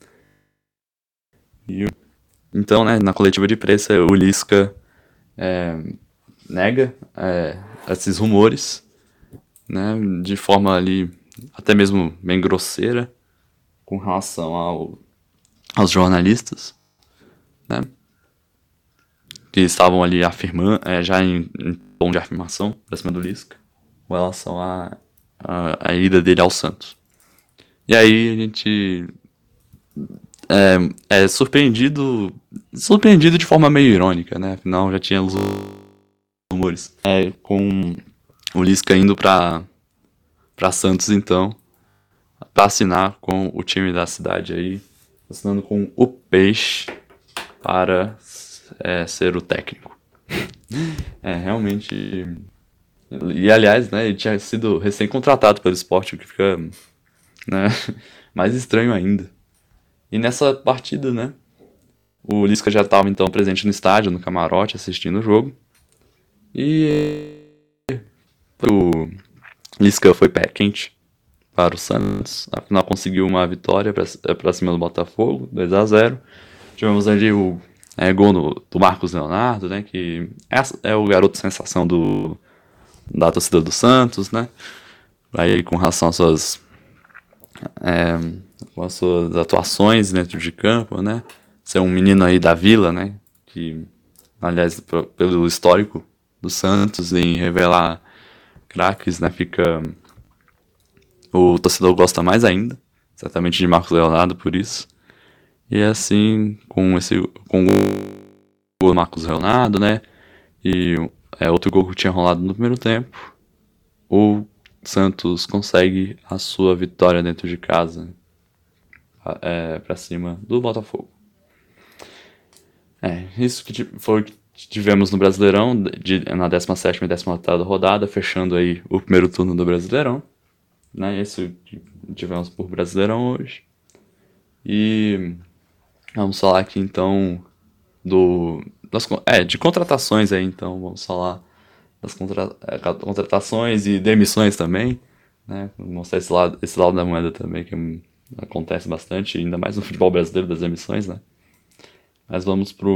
E, então, né, na coletiva de imprensa, o Lisca é, nega é, esses rumores, né, de forma ali até mesmo bem grosseira com relação ao, aos jornalistas, né, que estavam ali afirmando, é, já em, em tom de afirmação pra cima do Lisca, com relação à a, a, a ida dele ao Santos. E aí a gente é, é surpreendido, surpreendido de forma meio irônica, né, afinal já tinha os rumores, é, com o Lisca indo pra, pra Santos então, para assinar com o time da cidade aí, assinando com o Peixe para é, ser o técnico. É, realmente. E aliás, né, ele tinha sido recém-contratado pelo esporte, o que fica, né, mais estranho ainda. E nessa partida, né, o Lisca já estava então presente no estádio, no camarote, assistindo o jogo. E o Lisca foi pé quente para o Santos. Afinal, conseguiu uma vitória para cima do Botafogo, dois a zero. Tivemos ali o é, gol no, do Marcos Leonardo, né? Que é, é o garoto sensação do, da torcida do Santos, né? Aí com relação às suas, é, com as suas atuações dentro de campo, né? Ser um menino aí da Vila, né? Que, aliás, pelo histórico do Santos em revelar craques, né? Fica o torcedor gosta mais ainda, certamente de Marcos Leonardo por isso. E assim, com esse com o gol do Marcos Leonardo, né? E é outro gol que tinha rolado no primeiro tempo, o Santos consegue a sua vitória dentro de casa, é, para cima do Botafogo. É, isso que foi o que tivemos no Brasileirão, de, na décima sétima e décima oitava rodada, fechando aí o primeiro turno do Brasileirão. Né? Isso que tivemos por Brasileirão hoje. E vamos falar aqui então do das, é, de contratações aí, então vamos falar das contra, é, contratações e demissões também, né? Vou mostrar esse lado, esse lado da moeda também, que é acontece bastante, ainda mais no futebol brasileiro das emissões, né? Mas vamos para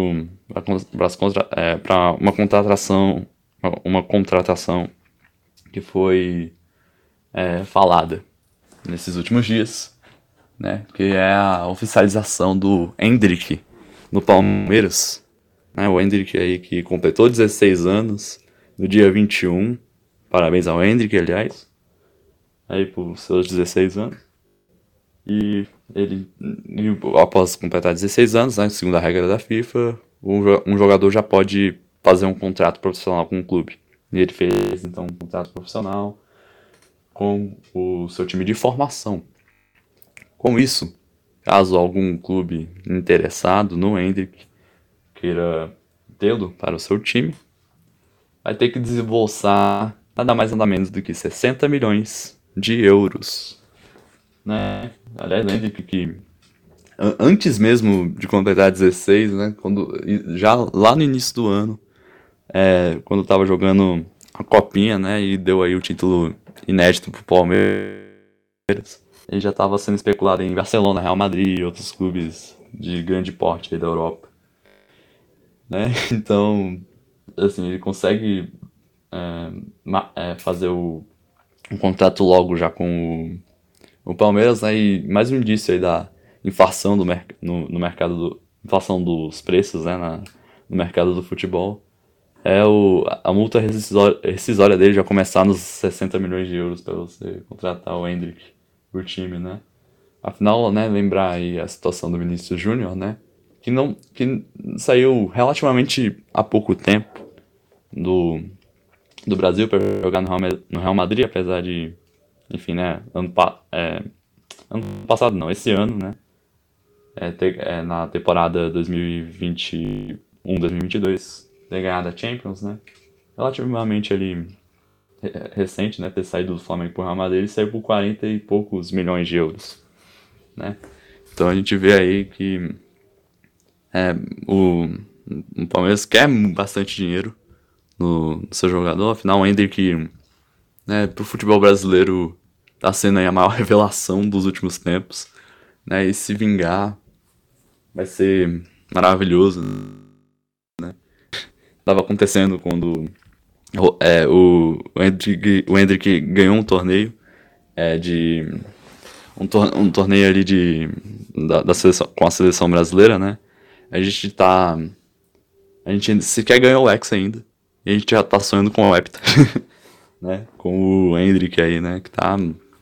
é, para uma contratação, uma contratação que foi é, falada nesses últimos dias, né? Que é a oficialização do Endrick no Palmeiras, né? O Endrick aí que completou dezesseis anos no dia vinte e um. Parabéns ao Endrick, aliás, aí por seus dezesseis anos. E ele, e após completar dezesseis anos, né, segundo a regra da FIFA, um jogador já pode fazer um contrato profissional com o clube. E ele fez, então, um contrato profissional com o seu time de formação. Com isso, caso algum clube interessado no Endrick queira tê-lo para o seu time, vai ter que desembolsar nada mais nada menos do que sessenta milhões de euros. Né? Aliás, Endrick que antes mesmo de completar dezesseis, né, quando, já lá no início do ano, é, quando estava jogando a copinha, né, e deu aí o título inédito pro Palmeiras, ele já estava sendo especulado em Barcelona, Real Madrid e outros clubes de grande porte aí da Europa, né? Então, assim, ele consegue é, é, fazer o, um contrato logo já com o, o Palmeiras, né? E mais um indício aí da inflação do merc no, no mercado do, inflação dos preços, né, na, no mercado do futebol, é o, a multa rescisória, rescisória dele já começar nos sessenta milhões de euros para você contratar o Endrick por time, né? Afinal, né, lembrar aí a situação do Vinícius Júnior, né, que não que saiu relativamente há pouco tempo do, do Brasil para jogar no Real, no Real Madrid, apesar de, enfim, né, ano, é, ano passado não, esse ano, né, é, ter, é, na temporada dois mil e vinte e um, dois mil e vinte e dois, ter ganhado a Champions, né, relativamente ali recente, né, ter saído do Flamengo pro Real Madrid, ele saiu por quarenta e poucos milhões de euros, né. Então a gente vê aí que é, o, o Palmeiras quer bastante dinheiro no, no seu jogador, afinal o Endrick, né, pro futebol brasileiro tá sendo aí a maior revelação dos últimos tempos, né, e se vingar vai ser maravilhoso, né. Tava acontecendo quando é, o, o, Endrick, o Endrick ganhou um torneio é, de um, tor um torneio ali de da, da seleção, com a seleção brasileira, né. A gente tá a gente sequer ganhou o Hexa ainda e a gente já tá sonhando com o Hepta. Né, com o Endrick aí, né, que tá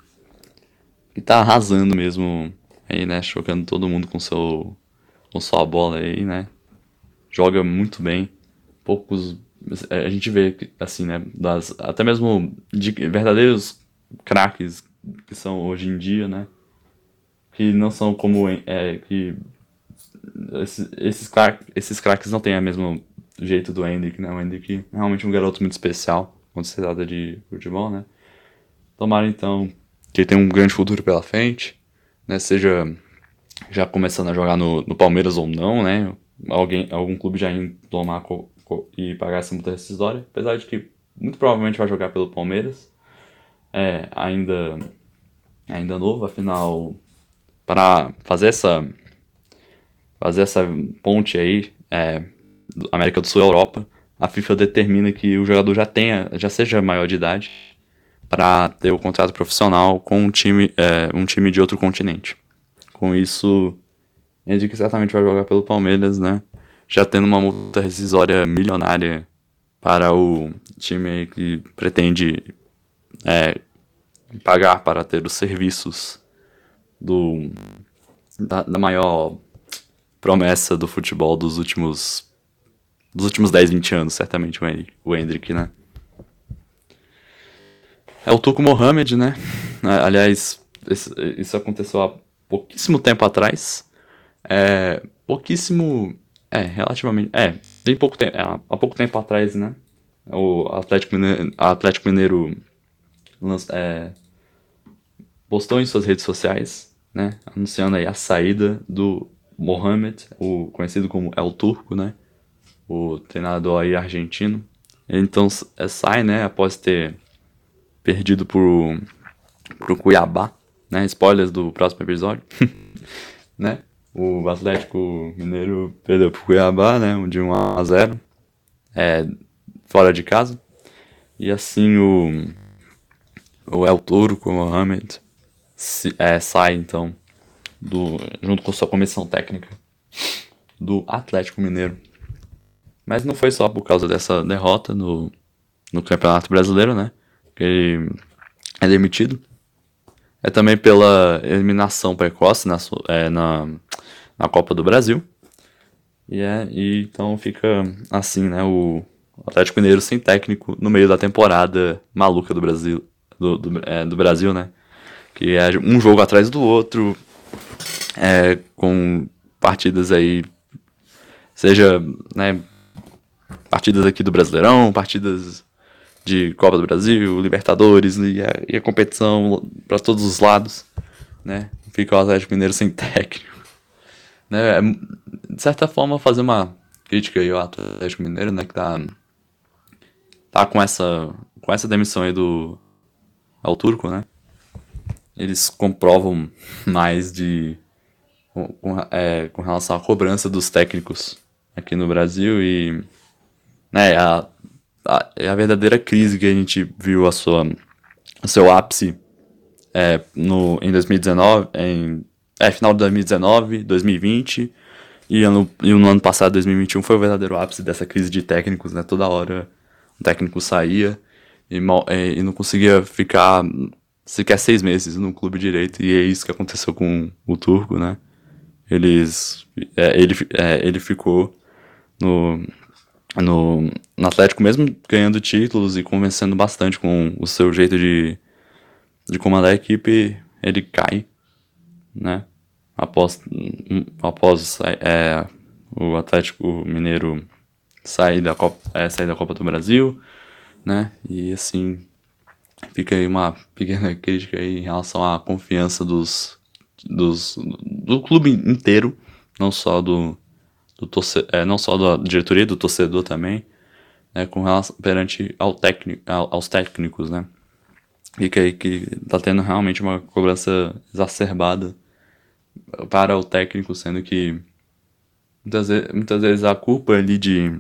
que tá arrasando mesmo aí, né, chocando todo mundo com seu com sua bola aí, né, joga muito bem, poucos, a gente vê assim, né, das, até mesmo de verdadeiros craques que são hoje em dia, né, que não são como, é, que esses, esses, crack, esses craques não têm o mesmo jeito do Endrick, né, o Endrick é realmente um garoto muito especial quando se trata de futebol, né. Tomara então que ele tenha um grande futuro pela frente, né? Seja já começando a jogar no, no Palmeiras ou não, né? Alguém, algum clube já indo tomar co, co, e pagar essa multa rescisória, apesar de que muito provavelmente vai jogar pelo Palmeiras, é ainda ainda novo, afinal, para fazer essa fazer essa ponte aí, é, América do Sul e Europa, a FIFA determina que o jogador já tenha, já seja maior de idade para ter o contrato profissional com um time, é, um time de outro continente. Com isso, Henrique certamente vai jogar pelo Palmeiras, né? Já tendo uma multa rescisória milionária para o time que pretende é, pagar para ter os serviços do, da, da maior promessa do futebol dos últimos dos últimos dez, vinte anos, certamente, o Endrick, né? É o Turco Mohamed, né? Aliás, isso aconteceu há pouquíssimo tempo atrás. É, pouquíssimo... É, relativamente... É, tem pouco tempo... É, há pouco tempo atrás, né? O Atlético Mineiro, Atlético Mineiro é, postou em suas redes sociais, né? Anunciando aí a saída do Mohamed, o conhecido como El Turco, né? O treinador aí argentino. Ele então sai, né? Após ter perdido pro, pro Cuiabá, né? Spoilers do próximo episódio, né? O Atlético Mineiro perdeu pro Cuiabá, né? De um a zero, é, fora de casa. E assim o, o El Turco Mohamed se, é, sai então, do, junto com sua comissão técnica do Atlético Mineiro. Mas não foi só por causa dessa derrota no, no Campeonato Brasileiro, né? Que ele é demitido. É também pela eliminação precoce na, é, na, na Copa do Brasil. E, é, e então fica assim, né? O Atlético Mineiro sem técnico no meio da temporada maluca do Brasil. Do, do, é, do Brasil, né? Que é um jogo atrás do outro. É, com partidas aí. Seja, né? Partidas aqui do Brasileirão, partidas de Copa do Brasil, Libertadores e a, e a competição para todos os lados, né? Fica o Atlético Mineiro sem técnico, né? De certa forma, fazer uma crítica aí ao Atlético Mineiro, né? Que tá, tá com essa com essa demissão aí do ao Turco, né? Eles comprovam mais de com, com, é, com relação à cobrança dos técnicos aqui no Brasil e, né? A, a, é a verdadeira crise que a gente viu a sua, o seu ápice é, no, em dois mil e dezenove, em, é, final de dois mil e dezenove, dois mil e vinte e, ano, e no ano passado, dois mil e vinte e um, foi o verdadeiro ápice dessa crise de técnicos, né? Toda hora o técnico saía e, mal, é, e não conseguia ficar sequer seis meses no clube direito, e é isso que aconteceu com o Turco, né? Eles, é, ele, é, ele ficou no No, no Atlético, mesmo ganhando títulos e convencendo bastante com o seu jeito de, de comandar a equipe, ele cai, né? Após, após é, o Atlético Mineiro sair da, Copa, é, sair da Copa do Brasil, né? E assim, fica aí uma pequena crítica aí em relação à confiança dos, dos, do clube inteiro, não só do do torce, é, não só da diretoria, do torcedor também, né, com relação perante ao técnico, ao, aos técnicos, né? Fica aí que tá tendo realmente uma cobrança exacerbada para o técnico, sendo que muitas vezes, muitas vezes a culpa ali de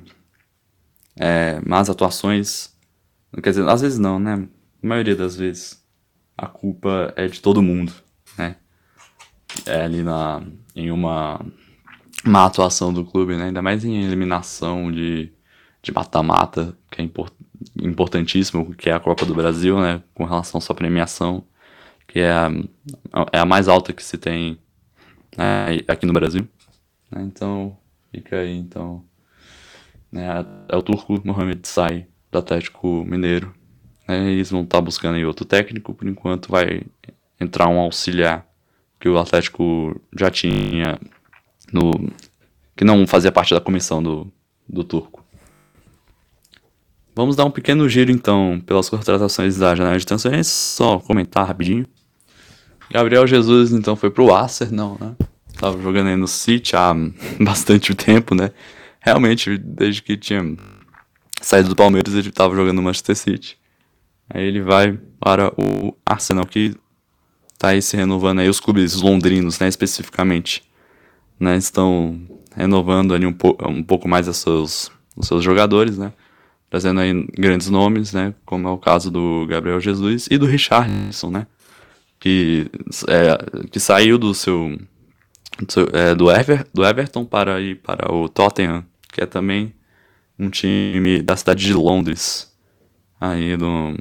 é, más atuações, quer dizer, às vezes não, né? A maioria das vezes a culpa é de todo mundo, né? É ali na, em uma má atuação do clube, né? Ainda mais em eliminação de, de mata-mata, que é import, importantíssimo, que é a Copa do Brasil, né? Com relação à sua premiação, que é a, é a mais alta que se tem, né, aqui no Brasil, né? Então, fica aí, então, né? É o Turco Mohamed sai do Atlético Mineiro, né? Eles vão estar buscando aí outro técnico, por enquanto vai entrar um auxiliar que o Atlético já tinha no, que não fazia parte da comissão do, do Turco. Vamos dar um pequeno giro então pelas contratações da janela de transferência, só comentar rapidinho. Gabriel Jesus então foi pro Arsenal, né? Tava jogando aí no City há bastante tempo, né? Realmente, desde que tinha saído do Palmeiras, ele tava jogando no Manchester City. Aí ele vai para o Arsenal, que tá aí se renovando aí, os clubes londrinos, né, especificamente, né, estão renovando ali um, po- um pouco mais os seus, os seus jogadores, né, trazendo aí grandes nomes, né, como é o caso do Gabriel Jesus e do Richarlison, né, que, é, que saiu do seu, do, seu, é, do, Ever, do Everton para ir para o Tottenham, que é também um time da cidade de Londres, aí, do,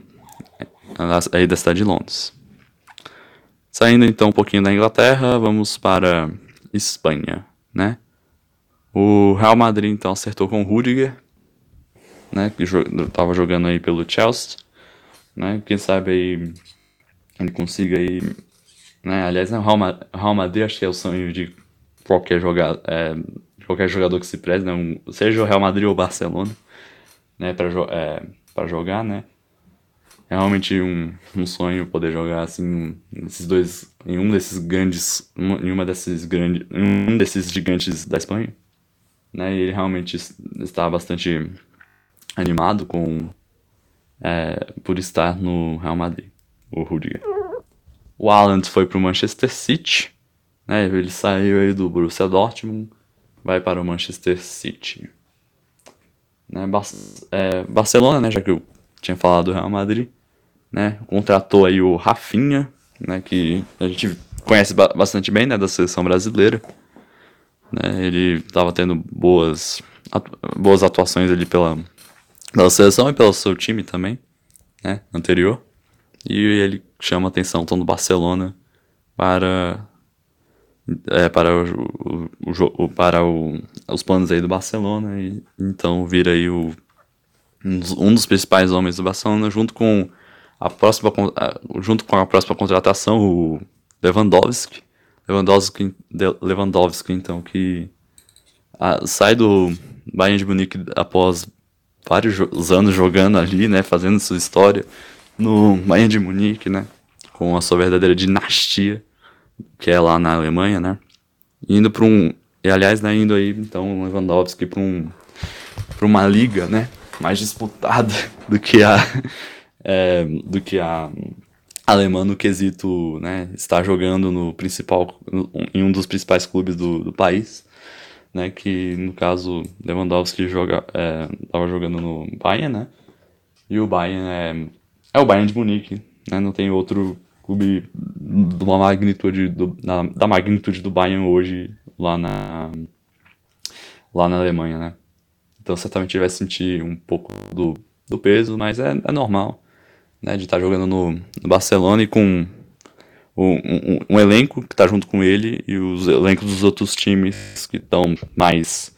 aí da cidade de Londres. Saindo então um pouquinho da Inglaterra, vamos para Espanha, né? O Real Madrid então acertou com o Rudiger, né? Que estava jogando aí pelo Chelsea, né? Quem sabe aí ele consiga aí, né? Aliás, o Real, Ma- Real Madrid acho que é o sonho de qualquer jogador, é, qualquer jogador que se preze, né? Um- seja o Real Madrid ou o Barcelona, né? Para jo é, para jogar, né? É realmente um, um sonho poder jogar assim nesses dois, em um desses grandes, um- em uma desses grandes, um desses gigantes da Espanha, né? E ele realmente es- está bastante animado com é, por estar no Real Madrid, o Rudiger. O Haaland foi pro Manchester City, né? Ele saiu aí do Borussia Dortmund, vai para o Manchester City. Né? Bar- é, Barcelona, né? Já que eu tinha falado do Real Madrid, né? Contratou aí o Rafinha, né? Que a gente conhece ba- bastante bem, né? Da seleção brasileira. Né? Ele estava tendo boas, atu- boas atuações ali pela, pela seleção e pelo seu time também, né? Anterior. E ele chama a atenção então do Barcelona para é, para o, o, o- para o, os planos aí do Barcelona e então vira aí o, um, dos, um dos principais homens do Barcelona junto com a próxima junto com a próxima contratação, o Lewandowski. Lewandowski, Lewandowski então que ah, sai do Bayern de Munique após vários anos jogando ali, né, fazendo sua história no Bayern de Munique, né, com a sua verdadeira dinastia, que é lá na Alemanha, né, indo para um, e aliás, né, indo aí então Lewandowski para um, para uma liga, né, mais disputada do que a, é, do que a alemã no quesito, né, estar jogando no principal, em um dos principais clubes do, do país. Né, que no caso Lewandowski joga, é, tava jogando no Bayern, né, e o Bayern é, é o Bayern de Munique, né, não tem outro clube de uma magnitude do, na, da magnitude do Bayern hoje lá na lá na Alemanha, né, então certamente ele vai sentir um pouco do, do peso, mas é, é normal, né, de estar jogando no, no Barcelona e com um, um, um elenco que está junto com ele e os elencos dos outros times que estão mais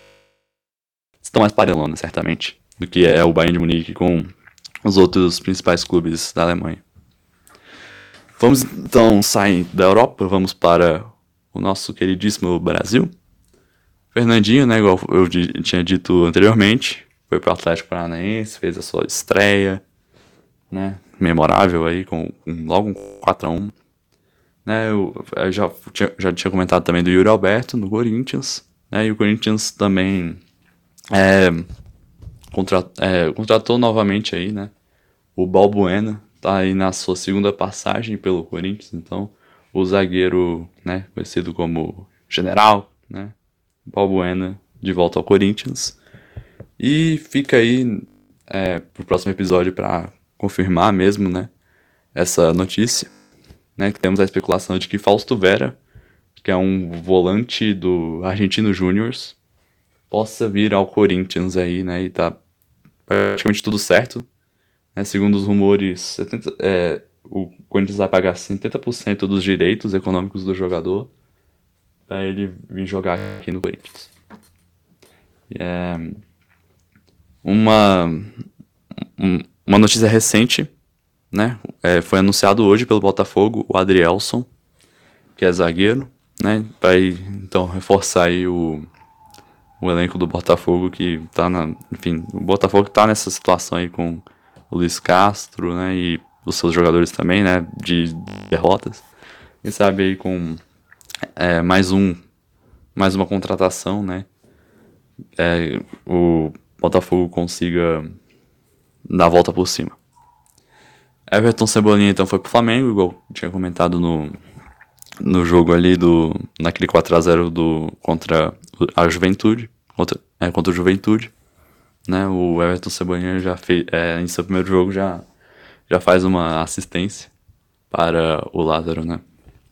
estão mais parelando, certamente, do que é o Bayern de Munique com os outros principais clubes da Alemanha. Vamos então sair da Europa, vamos para o nosso queridíssimo Brasil. Fernandinho, né, igual eu tinha dito anteriormente, foi para o Atlético Paranaense, fez a sua estreia, né, memorável aí, com, com logo um quatro a um. Né, eu, eu já, tinha, já tinha comentado também do Yuri Alberto no Corinthians, né, e o Corinthians também é, Contra, é, contratou novamente aí, né? O Balbuena tá aí na sua segunda passagem pelo Corinthians, então o zagueiro, né, conhecido como General, né? Balbuena de volta ao Corinthians. E fica aí é, pro próximo episódio para confirmar mesmo, né? Essa notícia, né? Que temos a especulação de que Fausto Vera, que é um volante do Argentino Júnior, possa vir ao Corinthians aí, né? E tá praticamente tudo certo. Né, segundo os rumores, setenta, é, o Corinthians vai pagar setenta por cento dos direitos econômicos do jogador para ele vir jogar aqui no Corinthians. É, uma, um, uma notícia recente, né? É, foi anunciado hoje pelo Botafogo o Adrielson, que é zagueiro, né? Para então reforçar aí o, o elenco do Botafogo que tá na, enfim, o Botafogo tá nessa situação aí com o Luiz Castro, né, e os seus jogadores também, né, de derrotas. Quem sabe aí com é, mais um, mais uma contratação, né, é, o Botafogo consiga dar a volta por cima. Everton Cebolinha então foi pro Flamengo, igual eu tinha comentado no, no jogo ali do naquele quatro a zero do contra a Juventude, contra, é, contra o Juventude. Né, o Everton Cebolinha já fez, é, em seu primeiro jogo já, já faz uma assistência para o Lázaro, né?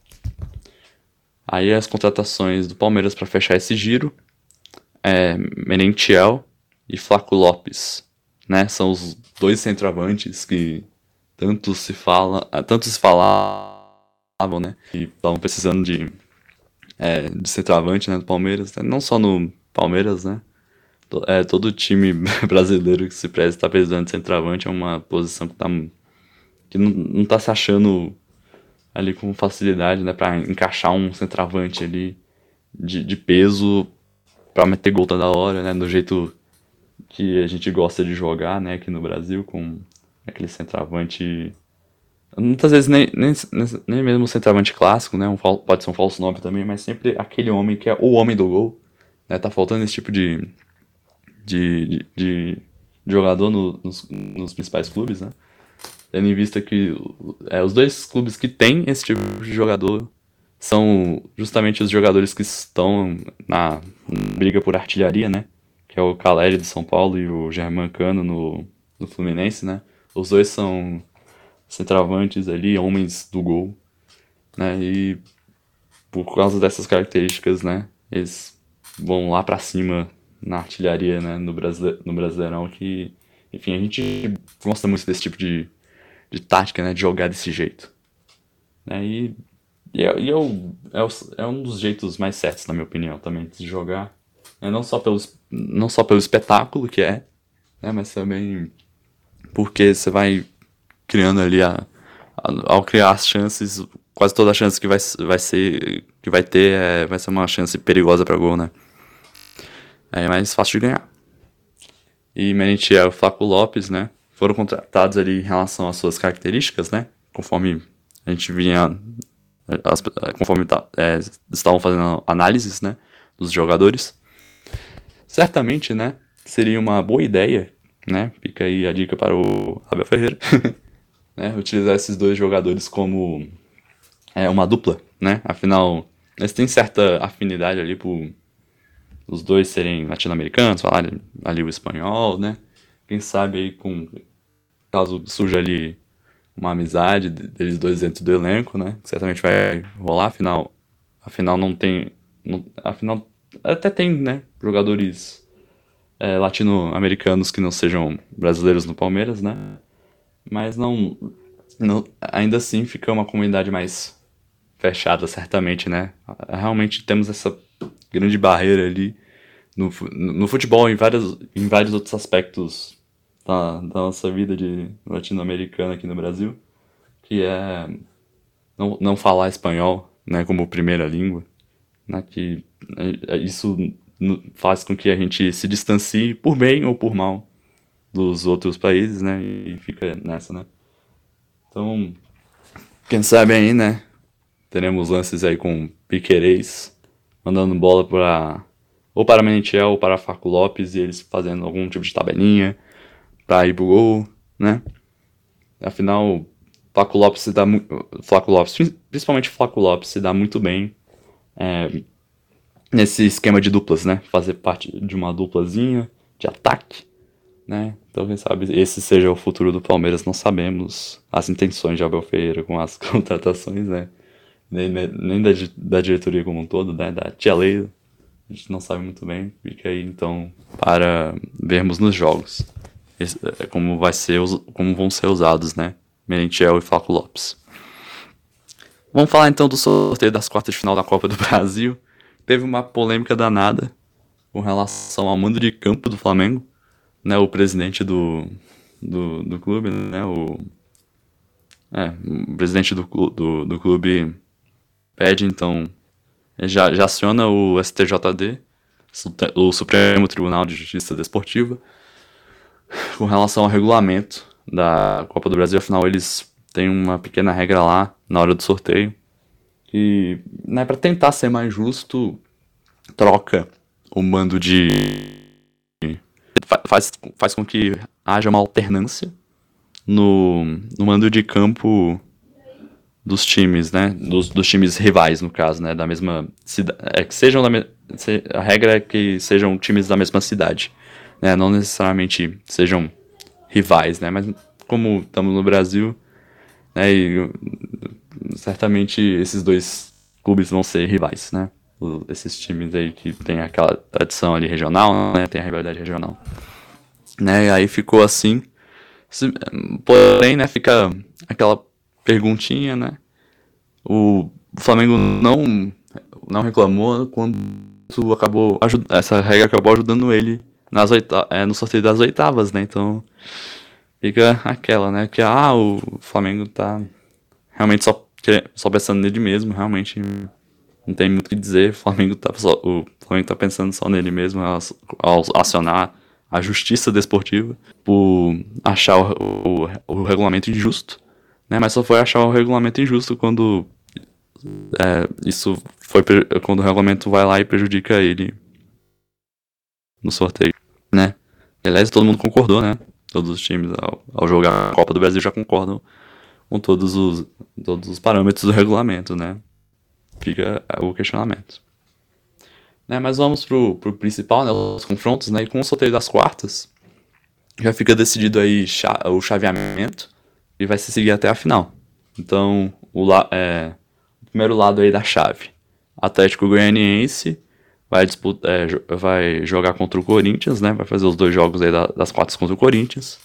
Aí as contratações do Palmeiras para fechar esse giro é Merentiel e Flaco Lopes, né? São os dois centroavantes que tanto se fala, tanto se falavam, né? E estavam precisando de, é, de centroavante, né, do Palmeiras, né? Não só no Palmeiras, né? É, todo time brasileiro que se preza está precisando de centroavante, é uma posição que, tá, que não, não tá se achando ali com facilidade, né, para encaixar um centroavante ali de, de peso para meter gol toda hora, né, do jeito que a gente gosta de jogar, né, aqui no Brasil, com aquele centroavante, muitas vezes nem, nem, nem mesmo o centroavante clássico, né, um, pode ser um falso nove também, mas sempre aquele homem que é o homem do gol, né, tá faltando esse tipo de de, de, de jogador no, nos, nos principais clubes, né? tendo em vista que é, os dois clubes que têm esse tipo de jogador são justamente os jogadores que estão na, na briga por artilharia, né? Que é o Caleri do São Paulo e o Germancano no, no Fluminense, né? Os dois são centroavantes ali, homens do gol, né? E por causa dessas características, né? Eles vão lá pra cima na artilharia, né? No, Brasile no Brasileirão, que, enfim, a gente gosta muito desse tipo de, de tática, né? De jogar desse jeito, né? E, e, é, e é, o, é, o, é um dos jeitos mais certos, na minha opinião, também, de jogar. É não só pelo, não só pelo espetáculo que é, né? Mas também porque você vai criando ali a, a- ao criar as chances, quase toda a chance que vai, vai ser que vai ter é, vai ser uma chance perigosa para gol, né? É mais fácil de ganhar. E Merentiel e o Flaco Lopes, né? Foram contratados ali em relação às suas características, né? Conforme a gente vinha, as- conforme tá, é, estavam fazendo análises, né? Dos jogadores. Certamente, né? Seria uma boa ideia, né? Fica aí a dica para o Abel Ferreira, né? Utilizar esses dois jogadores como é, uma dupla, né? Afinal, eles têm certa afinidade ali por os dois serem latino-americanos, falarem ali o espanhol, né? Quem sabe aí com caso surja ali uma amizade deles dois dentro do elenco, né? Que certamente vai rolar, afinal, afinal não tem, não, afinal até tem, né? Jogadores é, latino-americanos que não sejam brasileiros no Palmeiras, né? Mas não, não, ainda assim fica uma comunidade mais fechada, certamente, né? Realmente temos essa grande barreira ali no, no futebol, em vários, em vários outros aspectos da, da nossa vida de latino-americana aqui no Brasil, que é não, não falar espanhol, né, como primeira língua, né, que é, é, isso faz com que a gente se distancie por bem ou por mal dos outros países, né, e fica nessa, né. Então, quem sabe aí, né, teremos lances aí com Piquerez mandando bola para ou para Menentiel ou para Faco Lopes e eles fazendo algum tipo de tabelinha para ir pro gol, né? Afinal, Flaco Lopes se dá muito, Flaco Lopes, principalmente Flaco Lopes se dá muito bem é, nesse esquema de duplas, né? Fazer parte de uma duplazinha de ataque, né? Então, quem sabe esse seja o futuro do Palmeiras, não sabemos as intenções de Abel Ferreira com as contratações, né? Nem, nem da, da diretoria como um todo, né? Da tia Leila. A gente não sabe muito bem. Fica aí então para vermos nos jogos esse, é, como, vai ser, como vão ser usados, né? Merentiel e Flaco Lopes. Vamos falar então do sorteio das quartas de final da Copa do Brasil. Teve uma polêmica danada com relação ao mando de campo do Flamengo, né? O presidente do, do, do clube, né? O, é, o presidente do, do, do clube pede então já, já aciona o S T J D, o Supremo Tribunal de Justiça Desportiva, com relação ao regulamento da Copa do Brasil. Afinal, eles têm uma pequena regra lá na hora do sorteio que, né, para tentar ser mais justo, troca o mando de faz, faz com que haja uma alternância no, no mando de campo dos times, né? Dos, dos times rivais, no caso, né? Da mesma cidade. É que sejam da me... A regra é que sejam times da mesma cidade, né? Não necessariamente sejam rivais, né? Mas como estamos no Brasil, né? E certamente esses dois clubes vão ser rivais, né? Esses times aí que tem aquela tradição ali regional, né? Tem a rivalidade regional, né? E aí ficou assim. Porém, né? Fica aquela perguntinha, né? O Flamengo não, não reclamou quando acabou essa regra acabou ajudando ele nas oita é, no sorteio das oitavas, né? Então fica aquela, né? Que ah, o Flamengo tá realmente só, só pensando nele mesmo, realmente não tem muito o que dizer. O Flamengo tá, só, o Flamengo tá pensando só nele mesmo ao, ao acionar a justiça desportiva por achar o, o, o regulamento injusto, né? Mas só foi achar o regulamento injusto quando é, isso foi quando o regulamento vai lá e prejudica ele no sorteio, né? E, aliás, todo mundo concordou, né? Todos os times, ao, ao jogar a Copa do Brasil, já concordam com todos os, todos os parâmetros do regulamento, né? Fica o questionamento. Né, mas vamos pro, pro principal, né? Os confrontos, né? E com o sorteio das quartas, já fica decidido aí o chaveamento e vai se seguir até a final. Então, o, la, é, o primeiro lado aí da chave, Atlético Goianiense vai, disputar, é, vai jogar contra o Corinthians, né? Vai fazer os dois jogos aí da, das quartas contra o Corinthians.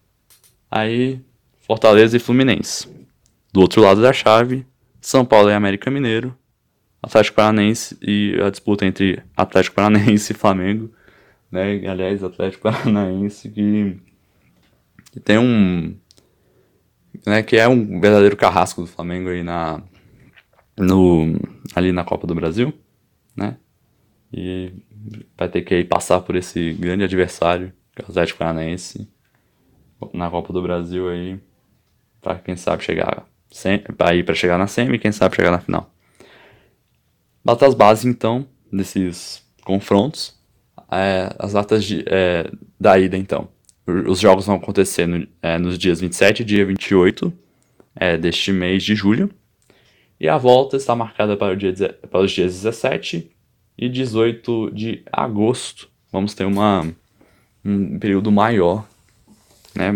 Aí, Fortaleza e Fluminense. Do outro lado da chave, São Paulo e América Mineiro, Atlético Paranaense e a disputa entre Atlético Paranaense e Flamengo, né? Aliás, Atlético Paranaense que, que tem um, né? Que é um verdadeiro carrasco do Flamengo aí na, no, ali na Copa do Brasil, né? E vai ter que aí passar por esse grande adversário, que é o Atlético Paranaense, na Copa do Brasil aí, para quem sabe chegar, para ir para chegar na semi, quem sabe chegar na final. Datas base, então, desses confrontos. É, as datas de, é, da ida, então. Os jogos vão acontecer no, é, nos dias vinte e sete e dia vinte e oito é, deste mês de julho. E a volta está marcada para, o dia, para os dias dezessete e dezoito de agosto. Vamos ter uma, um período maior, né?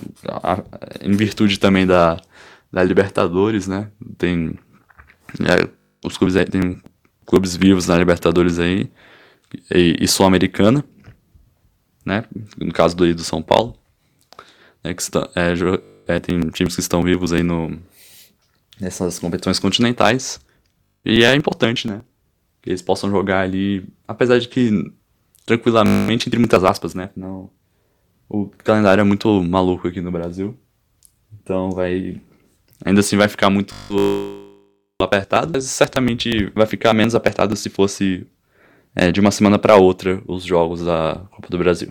Em virtude também da, da Libertadores, né? Tem... É, os clubes aí, tem clubes vivos na Libertadores aí e, e Sul-Americana, né? No caso do, do São Paulo, né? Que está, é, é, tem times que estão vivos aí no, nessas competições continentais e é importante, né? Que eles possam jogar ali, apesar de que tranquilamente, entre muitas aspas, né? Não, o calendário é muito maluco aqui no Brasil, então vai, ainda assim vai ficar muito apertado, mas certamente vai ficar menos apertado se fosse é, de uma semana para outra os jogos da Copa do Brasil.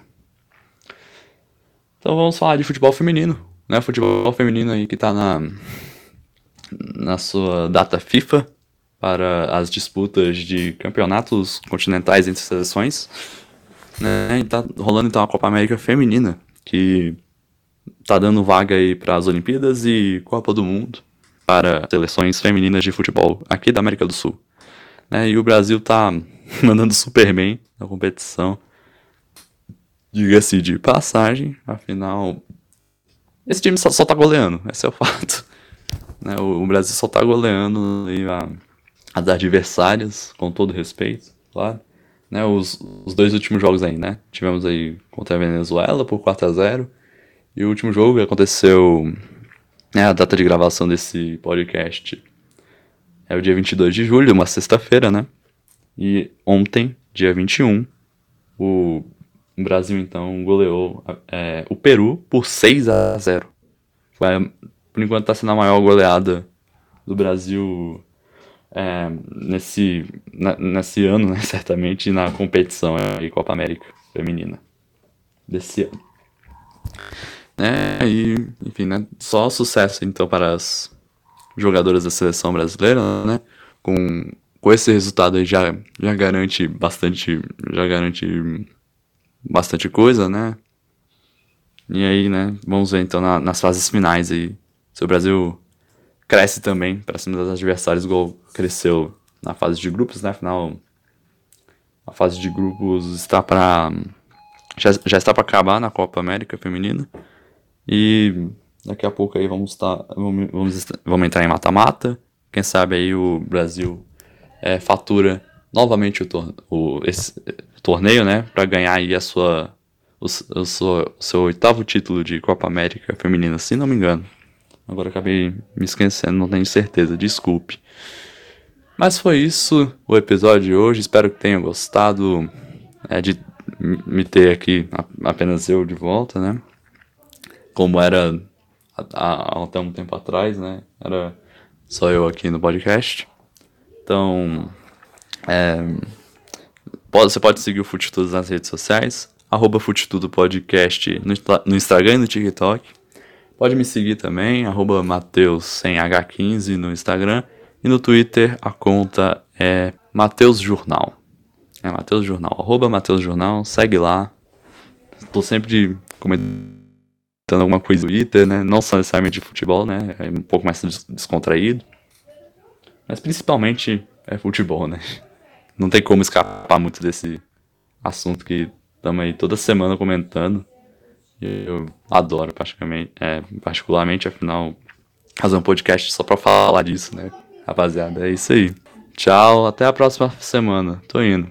Então vamos falar de futebol feminino, né? Futebol feminino aí que tá na, na sua data FIFA para as disputas de campeonatos continentais entre seleções, né? E tá rolando então a Copa América Feminina, que tá dando vaga aí para as Olimpíadas e Copa do Mundo para seleções femininas de futebol aqui da América do Sul, né? E o Brasil tá mandando super bem na competição, diga-se de passagem, afinal esse time só, só tá goleando, esse é o fato, né? o, o Brasil só tá goleando aí a, as adversárias, com todo respeito, claro, né? Os, os dois últimos jogos aí, né? Tivemos aí contra a Venezuela por quatro a zero, e o último jogo que aconteceu, né, a data de gravação desse podcast é o dia vinte e dois de julho, uma sexta-feira, né? E ontem, dia vinte e um, o Brasil, então, goleou é, o Peru por seis a zero. Foi, por enquanto, está sendo a maior goleada do Brasil é, nesse, na, nesse ano, né, certamente, na competição é, Copa América Feminina desse ano. É, e, enfim, né, só sucesso, então, para as jogadoras da seleção brasileira, né? Com, com esse resultado aí já, já garante bastante, já garante bastante coisa, né? E aí, né, vamos ver então na, nas fases finais aí, se o Brasil cresce também para cima dos adversários, igual cresceu na fase de grupos, né? Afinal, a fase de grupos está para já, já está para acabar na Copa América Feminina. E daqui a pouco aí vamos, tá, vamos, vamos, vamos entrar em mata-mata. Quem sabe aí o Brasil é, fatura novamente o, tor- o esse, torneio, né? Para ganhar aí a sua, o, o, seu, o seu oitavo título de Copa América Feminina, se não me engano. Agora acabei me esquecendo, não tenho certeza, desculpe. Mas foi isso o episódio de hoje. Espero que tenham gostado é, de me ter aqui apenas eu de volta, né? Como era há até um tempo atrás, né? Era só eu aqui no podcast. Então, é, pode, você pode seguir o Futetudo nas redes sociais, arroba Futetudo Podcast no, no Instagram e no TikTok. Pode me seguir também, arroba Mateus sem H quinze no Instagram. E no Twitter a conta é Mateus Jornal. É Mateus Jornal, arroba Mateus Jornal, segue lá. Estou sempre comentando comentando alguma coisa no Twitter, né? Não só necessariamente de futebol, né? É um pouco mais des- descontraído. Mas principalmente é futebol, né? Não tem como escapar muito desse assunto que estamos aí toda semana comentando. E eu adoro, praticamente, é, particularmente, afinal, fazer um podcast só pra falar disso, né? Rapaziada, é isso aí. Tchau, até a próxima semana. Tô indo.